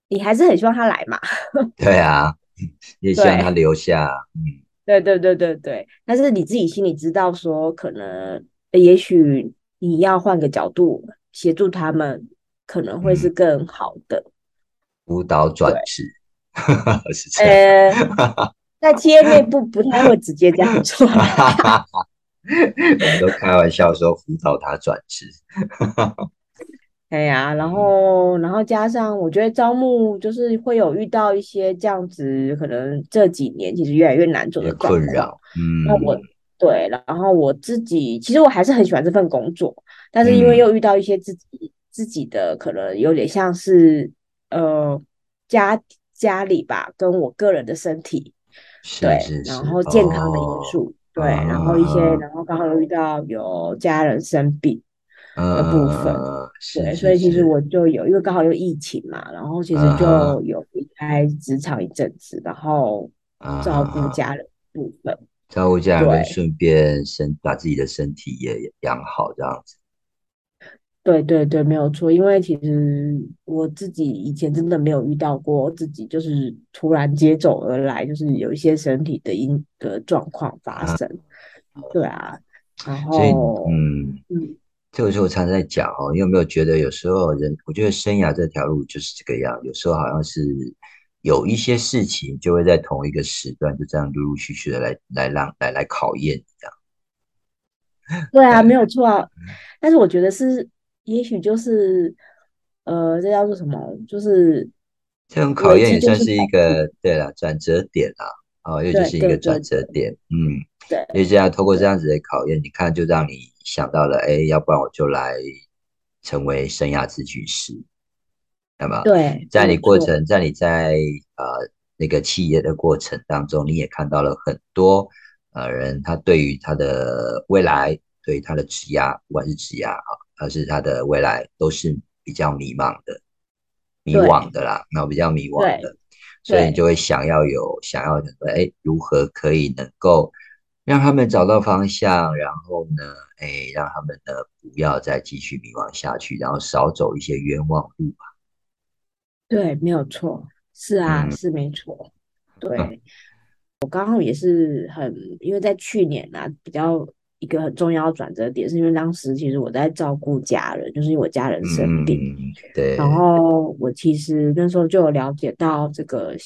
你还是很希望他来嘛。 对啊，也希望他对， 留下。 对对对对对，但是你自己心里知道说，可能也许你要换个角度协助他们，可能会是嗯， 更好的。 辅导对， 转职是这样。 呃，在企业内部不太会直接这样做啦。 我们都开玩笑说辅导他转职。 哎呀，然嗯， 后，然后加上我觉得招募就是会有遇到一些这样子，可能这几年其实越来越难做也的状况。 困扰。 那我嗯对，然后我自己其实我还是很喜欢这份工作，但是因为嗯， 又遇到一些自己的可能有点像是呃家家里吧，跟我个人的身体， 是对， 是是， 然后健康的因哦， 素，对，然后一些， 嗯然后刚好又遇到有家人生病的部分。 是对，所以其实是是， 我就有，因为刚好有疫情嘛，然后其实嗯哼就有离开职场一阵子，然后照顾嗯， 家人的部分。 照顾家人跟对， 顺便把自己的身体也养好，这样子。 对对对，没有错。因为其实我自己以前真的没有遇到过自己就是突然接踵而来，就是有一些身体的状况发啊， 生。对啊，然所以后嗯， 这个时候我常常在讲哦，你有没有觉得有时候人，我觉得生涯这条路就是这个样，有时候好像是有一些事情就会在同一个时段就这样陆陆续续的来考验你这样。 对啊，没有错啊。但是我觉得是，也许就是这叫做什么？就是这种考危机验也算是一就是宝个，对了，转折点啦，哦，又就对是一个转对对折点， 对因为这样透过这对样子的考验，你看就让你想到了，哎，要不然我就来成为生涯咨询师。那么对，没在你有错。 过程，在你在那个企业的过程当中，你也看到了很多人，他对于他的未来，对于他的职涯，不管是职涯啊，还是他的未来，都是比较迷惘对的啦，那比较迷惘对的，所以你就对会想要哎，如何可以能够让他们找到方向，然后呢，哎，让他们呢不要再继续迷惘下去，然后少走一些冤枉路吧。 对，没有错。是啊， 嗯是没错。对。我刚好也是因为在去年啊，比较一个很重要的转折点，是因为当时其实我在照顾家人，就是因为我家人生病，然对， 后我其实那时候就有了解到这个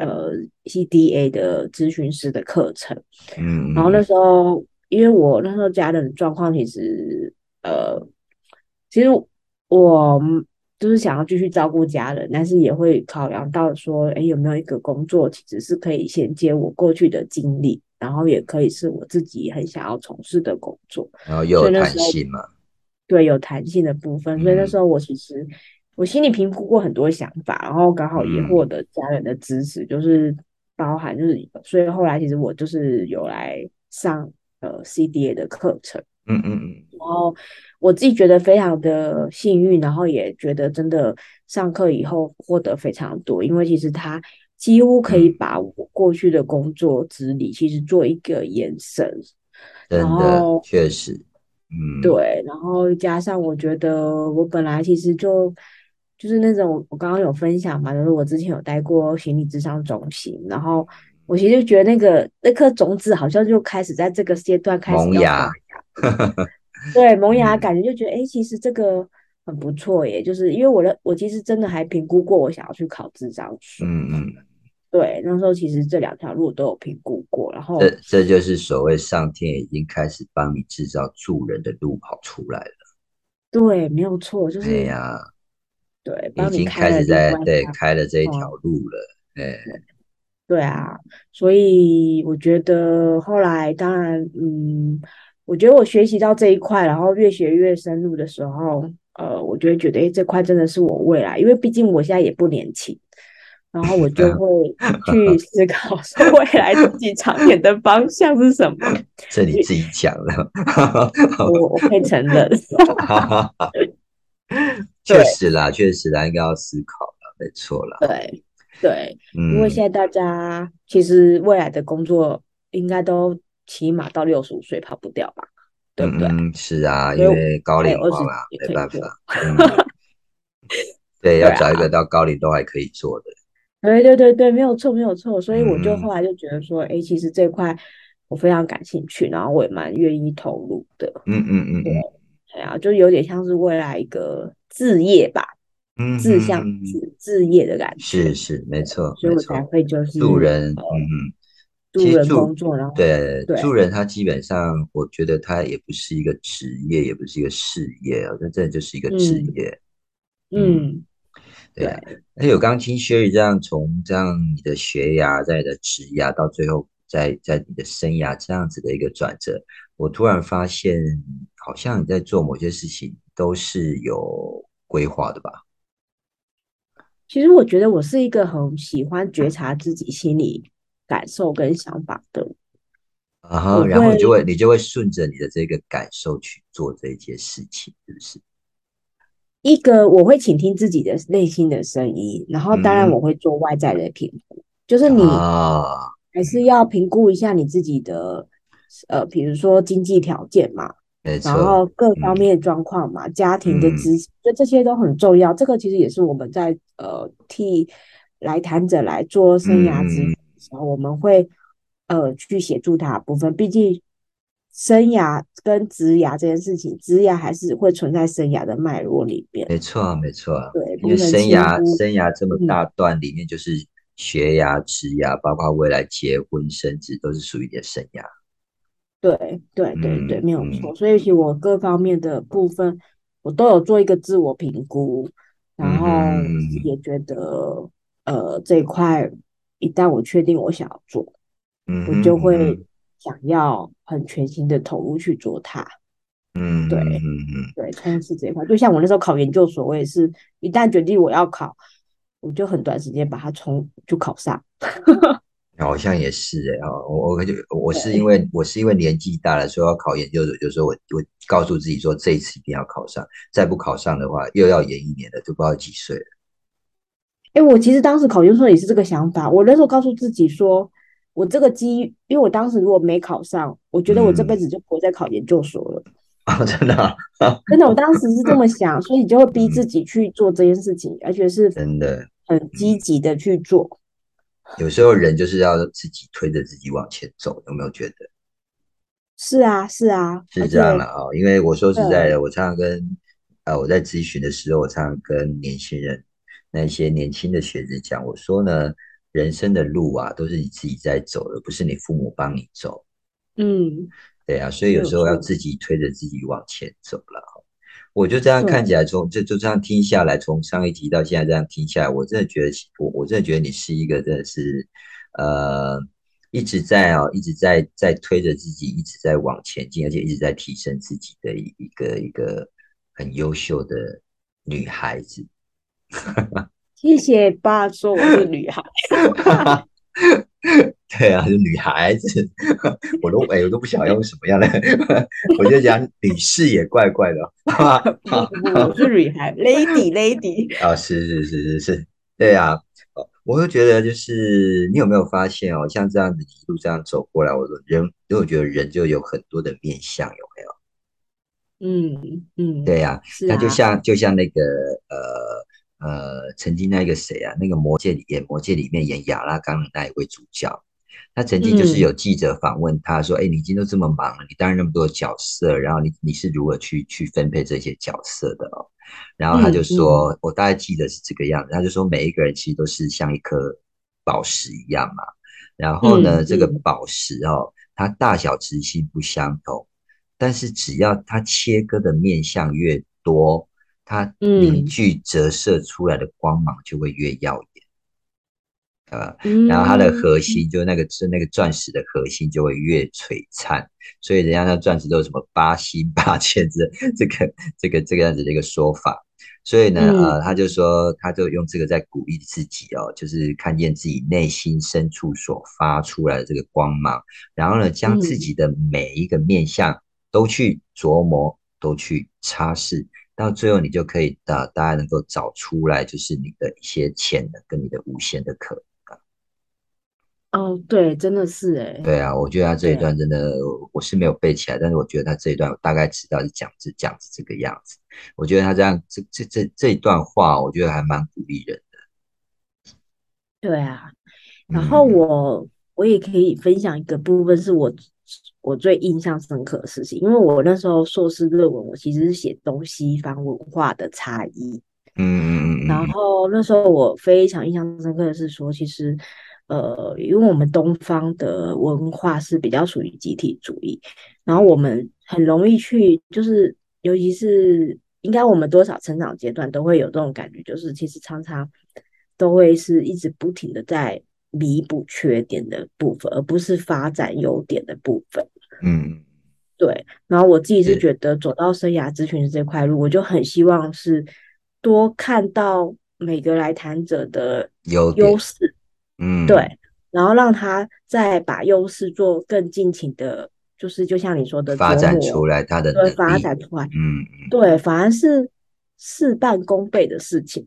CDA 的咨询师的课程，然后那嗯嗯时候因为我那时候家人的状况呃，其实我就是想要继续照顾家人，但是也会考量到说，哎，有没有一个工作其实是可以衔接我过去的经历，然后也可以是我自己很想要从事的工作。 然后又有所以那时候弹性嘛。 对有弹性的部分，所以那时嗯候我其实我心里评估过很多想法，然后刚好也获嗯得家人的支持，就是包含就是所以后来其实我就是有来上CDA 的课程。 嗯， 然后我自己觉得非常的幸运，然后也觉得真的上课以后获得非常多，因为其实他几乎可以嗯， 把我过去的工作资历其实做一个延伸，然真的后确实。嗯对，然后加上我觉得我本来其实就是那种我刚刚有分享嘛，就是我之前有待过心理咨商中心，然后我其实觉得那颗种子好像就开始在这个阶段开始要发萌芽。 芽。对，萌芽嗯感觉就觉得，哎，其实这个很不错耶。就是因为我其实真的还评估过，我想要去考智商税。 嗯， 对，那时候其实这两条路都有评估过，然后这就是所谓上天已经开始帮你制造助人的路跑出来了。 对，没有错，就是哎呀， 对， 已帮你经开始开了另在对外一条。 开了这一条哦， 路了。哎， 对啊，所以我觉得后来当然，我觉得我学习到这一块，然后越学越深入的时候，我就会觉得，哎，这块真的是我未来，因为毕竟我现在也不年轻，然后我就会去思考说未来自己长远的方向是什么。 这你因为自己讲的。 我可以承认。 确对实啦，确实啦，应该要思考了，没错啦。 对对，因为嗯现在大家其实未来的工作应该都起码到65岁跑不掉吧，对不对？ 是啊，因所以为高还有二十龄化嘛， 也没办法。 可以做。 嗯对，要对啊， 找一个到高龄都还可以做的。 对对对对，没有错没有错，所以我就嗯后来就觉得说，哎，其实这块我非常感兴趣，然后我也蛮愿意投入的。 嗯嗯嗯对， 嗯哎呀，就有点像是未来一个置业吧， 嗯志向嗯嗯， 置业的感觉， 是是，没错所以我才没错。 会就是助人，其助人实工作，然后对， 助人，他基本上我觉得他也不是一个职业，也不是一个事业啊，这真的就是一个职嗯业。嗯， 嗯， 对呀、 对。 而且我刚听薛宇这样从这样你的学涯，在你的职涯，到最后在你的生涯这样子的一个转折，我突然发现，好像你在做某些事情都是有规划的吧？ 其实我觉得我是一个很喜欢觉察自己心里感受跟想法的人， 啊哈，然后我会你就会顺着你的这个感受去做这一件事情，是不是？ 我会倾听自己的内心的声音，然后当然嗯我会做外在的评估，就是哼， 你啊， 还是要评估一下你自己的比如说经济条件嘛，然没错， 后各方嗯面的状况嘛，家庭的嗯支持，就这些都很重要。这个其实也是我们在替来谈者来做生涯职涯嗯嗯， 的时候，我们会去协助他的部分。毕竟生涯跟职涯这件事情，职涯还是会存在生涯的脉络里面， 没错没错， 对， 因为不能轻忽。 生涯这么嗯， 大段，里面就是学涯、职涯，包括未来结婚生子，都是属于你的生涯。 对对对对， 嗯嗯没有错。所以其实我各方面的部分，我都有做一个自我评估，然嗯哼后我自己嗯也觉得，这一块一旦我确定我想要做， 嗯我哼嗯就会哼想要很全心的投入去做它。 嗯哼对嗯哼， 对，冲刺这一块，就像我那时候考研究所，我也是一旦决定我要考，我就很短时间把它就考上。 好像也是哎哦，我是因对， 为年纪大了，说要考研究所，就说我告诉自己说这一次一定要考上，再不考上的话又要延一年了，就不知道几岁了。 哎，我其实当时考研究所也是这个想法。我那时候告诉自己说，我这个机，因为我当时如果没考上，我觉得我这辈嗯， 子就不会再考研究所了。 哦，真的啊， 真的，我当时是这么想，所以你就会逼自嗯， 己去做这件事情，而且是真的， 很积嗯。 极的去做。 有时候人就是要自己推着自己往前走，有没有觉得是啊，是啊， 是这样的而且啊？因为我说实在对， 的，我常常跟我在咨询的时候，我常常跟年轻人那些年轻的学子讲，我说呢，人生的路啊，都是你自己在走的，不是你父母帮你走。 嗯， 对啊，所以有时候要没有错， 自己推着自己往前走了。我就这样看起对， 来就这样听下来，从上一集到现在这样听下来，我真的觉得我真的觉得你是一个真的是呃一直在推着自己，一直在往前进，而且一直在提升自己的一个很优秀的女孩子。 谢谢爸说我是女孩。 对啊，就女孩子，我都不想用什么样的，我就讲女士也怪怪的， 不，我是女孩，lady。 啊，是，对啊，我会觉得就是你有没有发现哦，像这样子一路这样走过来，我觉得人就有很多的面相，有没有？ 嗯嗯， 对呀、他就是啊， 像那个曾经那个谁啊，那个魔戒里面演亚拉冈的那一位主角，他曾经就是嗯有记者访问他说：“哎，你已经都这么忙了，你担任那么多角色，然后你是如何去分配这些角色的哦？”然后他就嗯说，我大概记得是这个样子，他就说每一个人其实都是像一颗宝石一样嘛。然后呢，这个嗯宝石哦，它大小直径不相同，但是只要它切割的面相越多，它凝嗯聚折射出来的光芒就会越耀眼。然后它的嗯嗯核心就那个钻石的核心就会越璀璨，所以人家那钻石都有什么八星八箭这个样子的一个说法。所以呢， 嗯他就说，他就用这个在鼓励自己哦，就是看见自己内心深处所发出来的这个光芒，然后呢，将自己嗯的每一个面向都去琢磨，都去擦拭，到最后你就可以大家能够找出来，就是你的一些潜能跟你的无限的可能。 哦，对，真的是哎， 对啊，我觉得他这一对啊， 段真的我是没有背起来，但是我觉得他这一段我大概知道是讲是这个样子。我觉得他这样这一段话，我觉得还蛮鼓励人的。 对啊。然后嗯我也可以分享一个部分，是我最印象深刻的事情，因为我那时候硕士论文，我其实是写东西方文化的差异。然嗯后那时候我非常印象深刻的是说，其实因为我们东方的文化是比较属于集体主义，然后我们很容易去，就是尤其是应该我们多少成长阶段都会有这种感觉，就是其实常常都会是一直不停的在弥补缺点的部分，而不是发展优点的部分。 嗯， 对，然后我自己是是觉得走到生涯咨询这块路，我就很希望是多看到每个来谈者的优点， 优势， 嗯， 对，然后让他再把优势做更尽情的，就是就像你说的发展出琢磨， 来他的对，发能力， 展出来， 嗯对，反而是事半功倍的事情。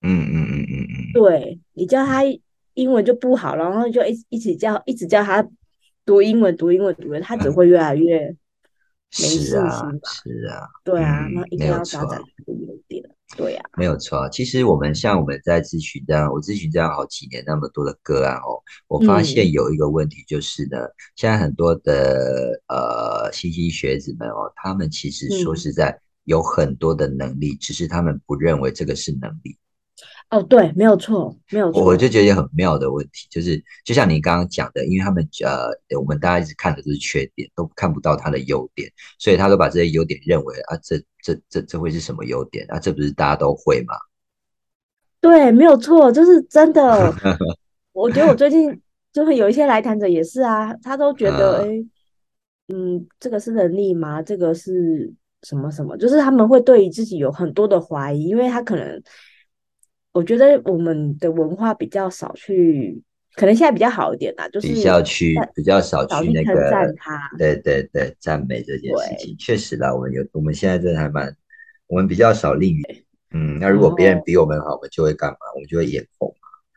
对，你叫他英文就不好，然后就一直叫他读英文，读英文，读英文，他只会越来越没是啊信心嘛。 是啊， 对啊，那一没定有错。 要发展出优点。对啊， 没有错啊，其实像我们在咨询这样，我咨询这样好几年，那么多的个案哦，我发现嗯有一个问题就是呢，现在很多的新兴学子们哦，他们其实说嗯， 实在有很多的能力，只是他们不认为这个是能力。 哦，对，没有错，没有我就错。 觉得很妙的问题，就是就像你刚刚讲的，因为他们我们大家一直看的都是缺点，都看不到他的优点，所以他都把这些优点认为啊，这会是什么优点啊？这不是大家都会吗？ 对，没有错，就是真的。我觉得我最近就是有一些来谈者也是啊，他都觉得， 呃， 哎，这个是能力吗？这个是什么什么？就是他们会对于自己有很多的怀疑，因为他可能，我觉得我们的文化比较少去，可能现在比较好一点啦，就是比较少去少去称赞那个， 他。 对，赞美这件事对情，确实啦，我们现在真的还蛮，我们比较少吝于，那如果别人然后比我们好，我们就会干嘛？我们就会眼红。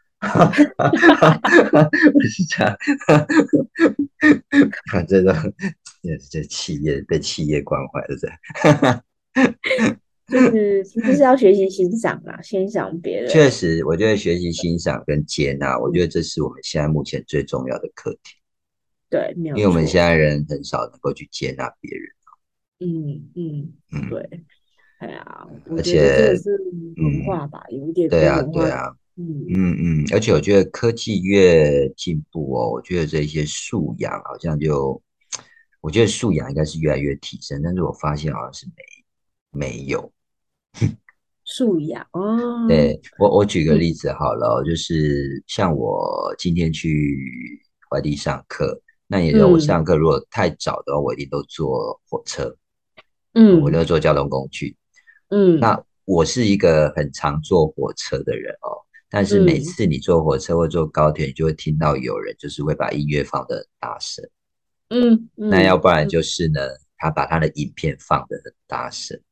我是这样，这种也是这企业被企业惯坏了，这就是其实是要学习欣赏啦，欣赏别人。 确实，我觉得学习欣赏跟接纳，我觉嗯， 得这是我们现在目前最重要的课题， 对，没因为我们现有错。 在人很少能够去接纳别人， 对， 嗯， 哎呀，我而觉得这个且， 是文嗯， 化吧，有一点对啊， 跟文化。 对啊， 嗯， 而且我觉得科技越进步哦，我觉得这些素养好像就，我觉得素养应该是越来越提升，但是我发现好像是没有。 素养哦。 对，我举个嗯例子好了哦就是像我今天去外地上课，那也就我嗯上课如果太早的话，我一定都坐火车，我嗯就坐交通工具。 嗯那我是一个很常坐火车的人哦，但是每嗯次你坐火车或坐高铁，你就会听到有人就是会把音乐放得很大声，那要不然嗯， 就是呢，他把他的影片放得很大声。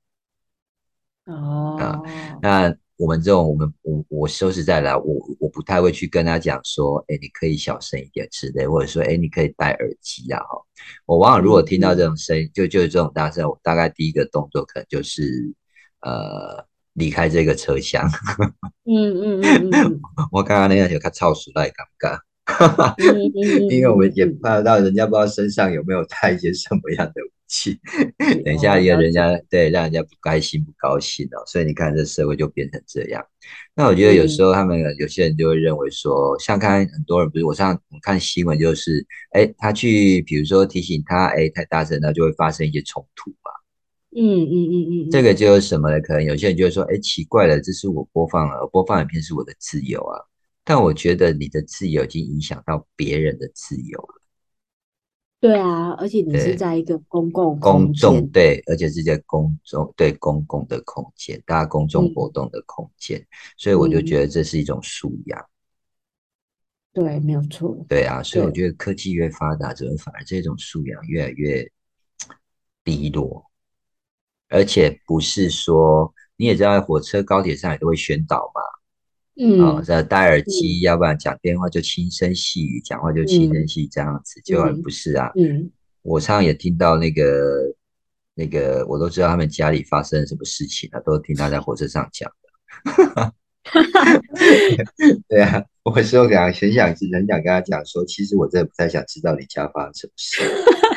啊， 哦， 那我们这种，我说实在的啊我不太会去跟他讲说，哎，你可以小声一点之类，或者说，哎，你可以戴耳机啊，哈。我往往如果听到这嗯嗯种声音，就是这种大声，我大概第一个动作可能就是离开这个车厢。 嗯我刚刚那样有看超时代尴尬，因为我们也嗯， 怕到人家不知道身上有没有带一些什么样的武器，等一下哦，了解。 一个人家对让人家不开心不高兴哦，所以你看这社会就变成这样。那我觉得有时嗯候他们有些人就会认为说，像看很多人不是我看新闻就是，哎，他去比如说提醒他，哎，太大声，那就会发生一些冲突嘛。这个嗯， 就是什么呢？可能有些人就会说，哎，奇怪了，这是我播放了，播放影片是我的自由啊。但我觉得你的自由已经影响到别人的自由了。 对啊，而且你是对， 在一个公共公空间。 众对，而且是在公共的空间，大家公众活嗯动的空间，所以我就觉得嗯， 这是一种素养。 对，没有错。 对啊，所以我对， 觉得科技越发达，反而这种素养越来越低落，而且不是说你也知道，火车、高铁上也都会宣导嘛。 嗯这戴耳嗯机，要不然讲电话就轻声细语，讲话就轻声嗯细语这样子，就很嗯不是啊。 嗯， 我常常也听到那个，我都知道他们家里发生了什么事情啊，都听他在火车上讲。对啊，我有时候很想跟他讲说，其实我真的不太想知道你家发生什么事。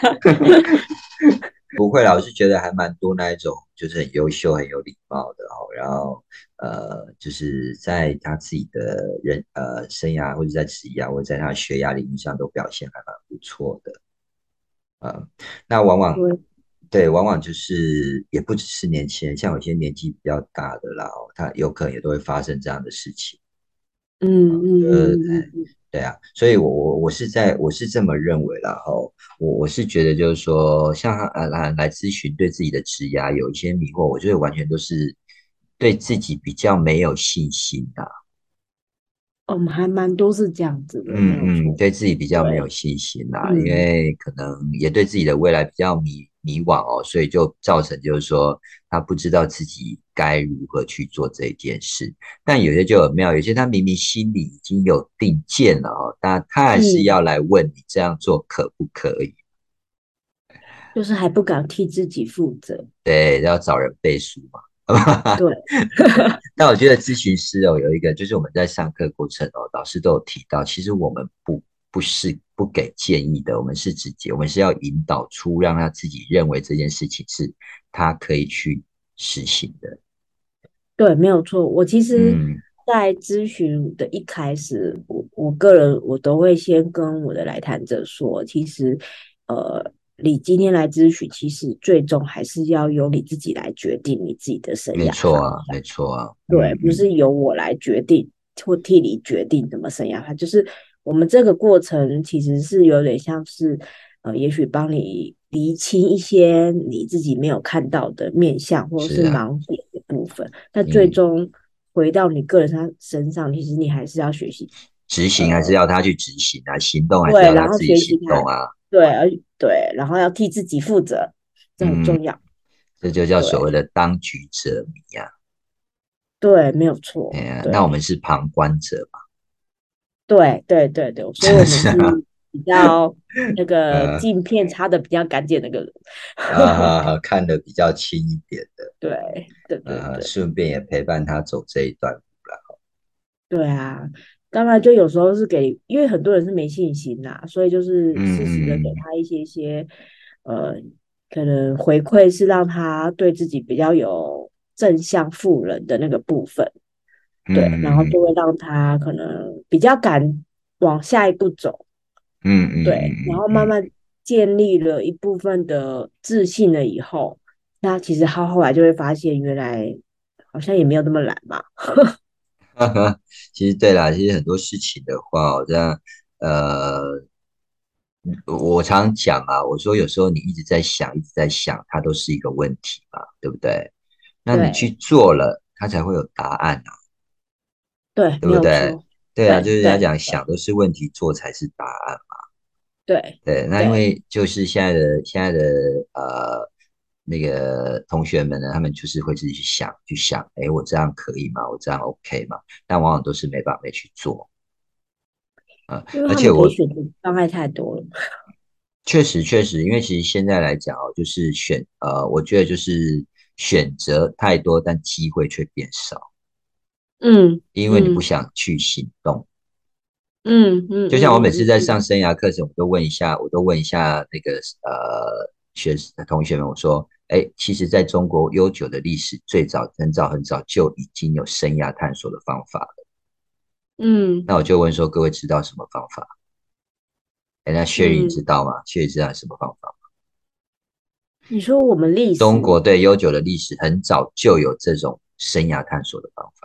不会啦，我是觉得还蛮多那一种，就是很优秀、很有礼貌的哦。然后就是在他自己的生涯，或者在职业啊，或者在他的学涯领域上都表现还蛮不错的。那往往对， 对，往往就是也不只是年轻人，像有些年纪比较大的啦，他有可能也都会发生这样的事情。 嗯嗯对啊，所以我是这么认为啦。吼，我是觉得就是说，像他来咨询对自己的职涯有一些迷惑，我觉得完全都是对自己比较没有信心的。 我们还蛮多是这样子的，没有嗯嗯， 错。 对自己比较没有对， 信心啦，因嗯， 为可能也对自己的未来比较迷惘哦，所以就造成就是说他不知道自己该如何去做这件事。但有些就很妙，有些他明明心里已经有定见了哦，但他还是嗯， 要来问你这样做可不可以？ 就是还不敢替自己负责。 对，要找人背书嘛。 对， 但我觉得咨询师哦，有一个就是我们在上课过程哦，老师都有提到，其实我们不是不给建议的，我们是直接，我们是要引导出让他自己认为这件事情是他可以去实行的。 对，没有错。我其实， 嗯， 在咨询的一开始，我个人我都会先跟我的来谈者说，其实，你今天来咨询，其实最终还是要由你自己来决定你自己的生没涯方错啊，没错啊， 对，不是由我来决定或替你决定怎么生涯它就是我们这个过程其实是有点像是，也许帮你厘清一些你自己没有看到的面向或者是是啊， 盲点的部分，但最嗯， 终回到你个人身上，其实你还是要学习， 执行还是呃， 要他去执行啊，行动还是对， 要他然后自己行学习它， 动啊， 对，对，然后要替自己负责，这很嗯， 重要， 这就叫所谓对， 的当局者迷啊。 对，没有错， 哎呀，那我对。 们是旁观者嘛， 对对对对，所以我们是是啊， 比较那个呃。 镜片擦的比较干净的那个人。 看得比较轻一点的， 对对对对顺便也陪伴他走这一段路了。 对啊！当然，就有时候是给，因为很多人是没信心呐，所以就是适时的给嗯嗯， 他一些呃，可能回馈是让他对自己比较有正向赋能的那个部分。对，然后嗯嗯就会让他可能比较敢往下一步走。 嗯嗯嗯对，然嗯嗯嗯， 后慢慢建立了一部分的自信了以后，那其实他后来就会发现，原来好像也没有那么难嘛。 哈哈，其实对啦，其实很多事情的话哦，这样呃，我常讲啊，我说有时候你一直在想，一直在想，它都是一个问题嘛，对不对？那你去对做了，它才会有答案啊， 对，没对不对？ 有错。 对啊，就是人家对对讲想都是问题，做才是答案。 对对，那因对， 为就是现在的那个同学们呢，他们就是会自己去想，哎，我这样可以吗？我这样 OK 吗？但往往都是没办法没去做。 因为他们可以而且我选择障碍太多了。 确实，因为其实现在来讲哦，就是我觉得就是选择太多，但机会却变少， 嗯因为你不嗯想去行动。 嗯嗯就像我每嗯嗯嗯次在上生涯课程，我都问一下那个同学们，我说，哎，其实在中国悠久的历史，最早很早就已经有生涯探索的方法了。 嗯那我就问说，各位知道什么方法？哎，那薛颖知嗯， 道吗？薛颖知道什么方法？ 你说我们历中国史， 对悠久的历史，很早就有这种生涯探索的方法。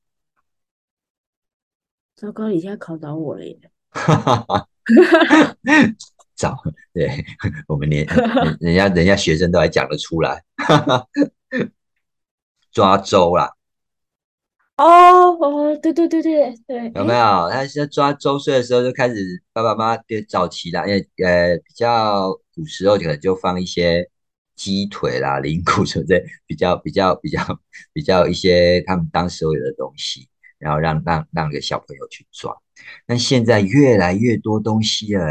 糟糕，你现在考倒我了耶！ 早，对，我们人家学生都还讲得出来，抓周啦。 哦哦，对对对对对，哎， 有没有？他是抓周岁的时候就开始，爸爸妈妈就早期啦，因为比较古时候可能就放一些鸡腿啦、灵骨什么的，比较一些他们当时候有的东西。 然后让给小朋友去抓。但现在越来越多东西了，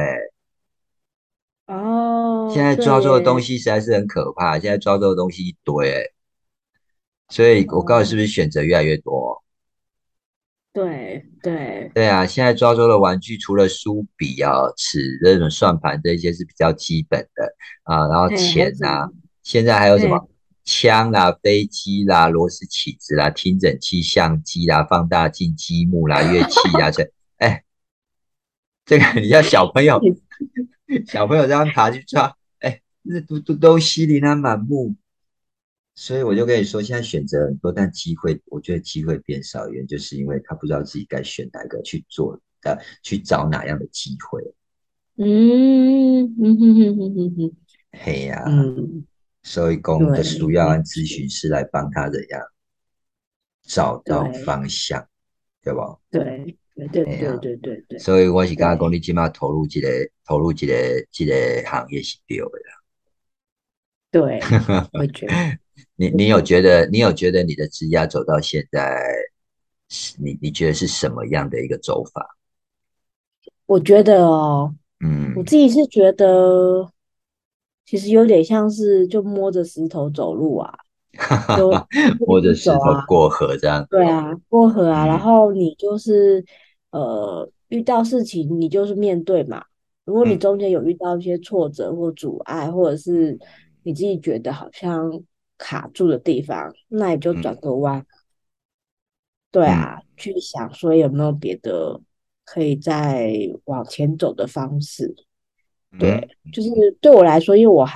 现哦， 在抓周的东对耶， 西实在是很可怕，现在抓周的东西一堆，所以我告诉你是哦， 不是选择越来越多？ 对对， 对啊，现在抓周的玩具除了书笔啊、尺这种算盘这些是比较基本的啊，然后嘿，还有什么？ 钱啊，现在还有什嘿， 么枪啦、飞机啦、螺丝起子啦、听诊器、相机啦、放大镜、积木啦、乐器啦，哎，这个你要小朋友小朋友这样爬去抓，哎，那都稀零啊满目。所以我就跟你说，现在选择很多，但机会，我觉得机会变少，原因就是因为他不知道自己该选哪个去做，去找哪样的机会。 嗯嗯哼哼哼哼哼， 嘿呀、 嗯， 所以公的对， 需要没和咨错， 询师来帮他怎样找到对方向，对吧？ 对对对哎呀、 对对对对所以我是刚刚讲， 对你起码投入这个行业是对的对， 啦。 会觉得你没错。 你有觉得你的职涯走到现在，你觉得是什么样的一个走法？ 我觉得哦，我嗯。 自己是觉得，其实有点像是就摸着石头走路啊， 哈哈就哈， 一步一摸着步走啊， 石头过河这样。 对啊，过河啊，然嗯后你就是遇到事情你就是面对嘛。如果你嗯中间有遇到一些挫折或阻碍，或者是你自己觉得好像卡住的地方，那你就转嗯个弯，对嗯啊，去想说有没有别的可以再往前走的方式。 嗯对，就是对我来说，因为我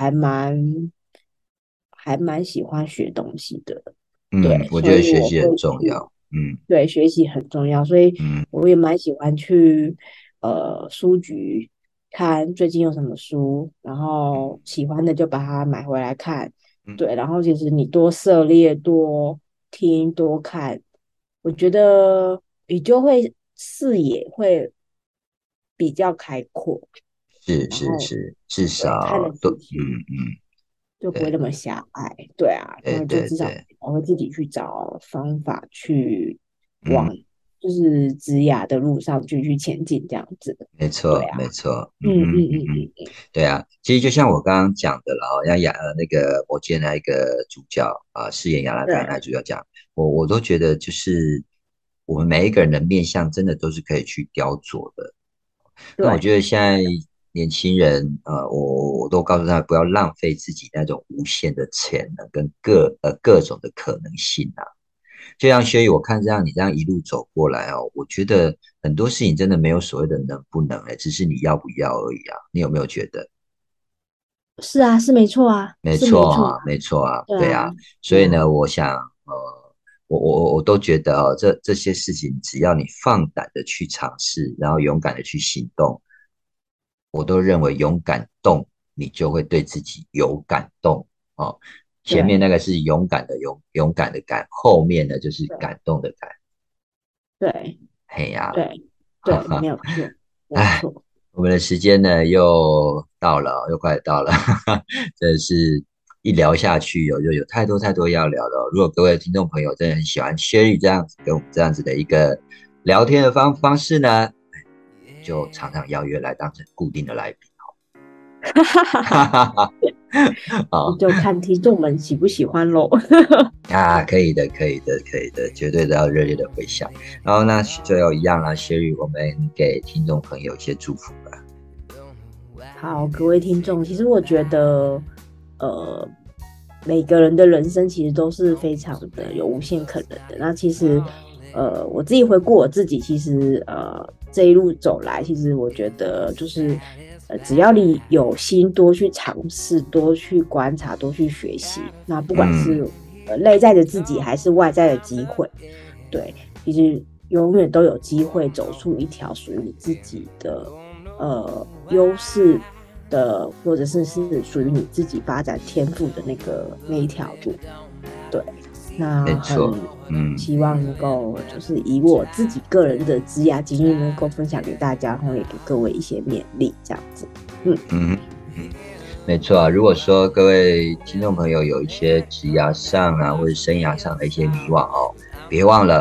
还蛮喜欢学东西的， 嗯， 对， 我觉得所以我学习很会去， 重要。嗯对，学习很重要，所以嗯我也蛮喜欢去书局看最近有什么书，然后喜欢的就把它买回来看， 嗯对，然后其实你多涉猎、多听、多看，我觉得你就会视野会比较开阔， 是然后是是，至对看的少都事情嗯， 就不会那对么狭隘，对啊，然对后就至少对对， 我会自己去找方法去往嗯， 就是职涯的路上继续前进这样子， 没错对啊， 没错，嗯嗯嗯哼嗯哼， 嗯嗯， 对啊，其实就像我刚刚讲的了哦，像那个魔戒那一个主角啊，饰演亚兰达那对主角讲，我都觉得就是我们每一个人的面相真的都是可以去雕琢的。那我觉对得现在年轻人，我都告诉他不要浪费自己那种无限的潜能跟各种的可能性啊。就像薛宇，我看你这样一路走过来哦，我觉得很多事情真的没有所谓的能不能，只是你要不要而已啊。你有没有觉得？ 是啊，是没错啊， 没是没错啊， 错啊， 没错啊， 对啊对啊。所对啊， 以呢，我想，我都觉得哦，这些事情，只要你放胆的去尝试，然后勇敢的去行动。我都认为勇敢动，你就会对自己有感动哦。前面那对个是勇敢的勇敢的感，后面呢就是对感动的感。 对嘿呀、 对对，没哈哈， 有错，没有哎， 错， 我们的时间呢又到了，又快到了，哈哈，真的是一聊下去就有太多太多要聊的哦。如果各位听众朋友真的很喜欢 Sherry 这样子跟我们这样子的一个聊天的方式呢，就常常邀约来当成固定的来宾。 哈哈哈哈哈， 哈哈，好就看听众们喜不喜欢喽。 啊，可以的，可以的，可以的，绝对的要热烈的回响。然后那最后一样啦，Sherry，我们给听众朋友一些祝福吧。 好，各位听众，其实我觉得，呃，每个人的人生其实都是非常的有无限可能的。那其实，我自己回顾我自己，其实这一路走来，其实我觉得就是，只要你有心，多去尝试，多去观察，多去学习，那不管嗯是内在的自己，还是外在的机会，对，其实永远都有机会走出一条属于你自己的优势的，或者是属于你自己发展天赋的那一条路。对，那很没错，嗯希望能够就是以我自己个人的职涯经验能够分享给大家，然后也给各位一些勉励，这样子。 嗯嗯，没错啊。如果说各位听众朋友有一些职涯上啊或者生涯上的一些迷惘哦，别忘了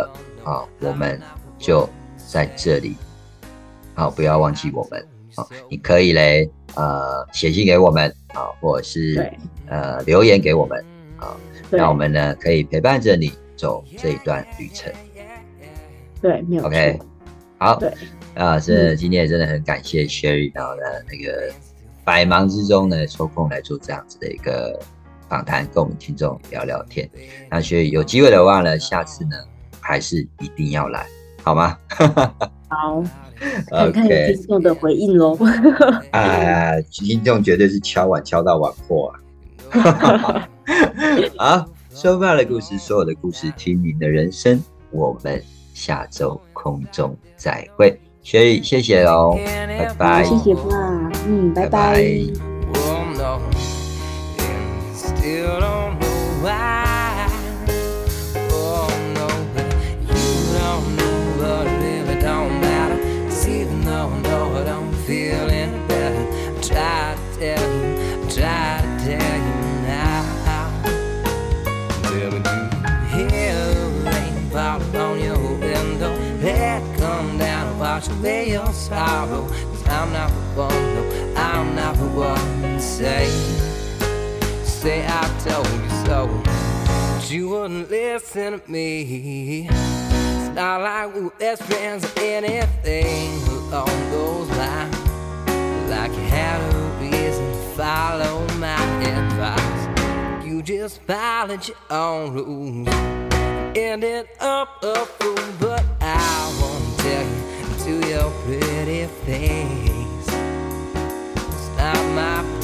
我们就在这里，不要忘记我们，你可以嘞写信给我们，或者是留言给我们，让我们呢可以陪伴着你走这一段旅程。 对，没有错。 OK， 好， 对今天也真的很感谢 Sherry， 然后呢那个百忙之中呢抽空来做这样子的一个访谈，跟我们听众聊聊天。那所以有机会的话呢，下次呢还是一定要来，好吗？ 好，看看听众的回应咯。 听众绝对是敲碗敲到碗破啊！好，说罢了故事，所有的故事，听您的人生。我们下周空中再会，所以谢谢喽，拜拜。 谢谢爸，拜拜。 Wash away your sorrow, 'cause I'm not the one, no, I'm not the one to say I told you so, but you wouldn't listen to me. It's not like we were best friends or anything along those lines, like you had a reason to follow my advice. You just followed your own rules, ended up a fool. But I won't tell you to your pretty face, it's not my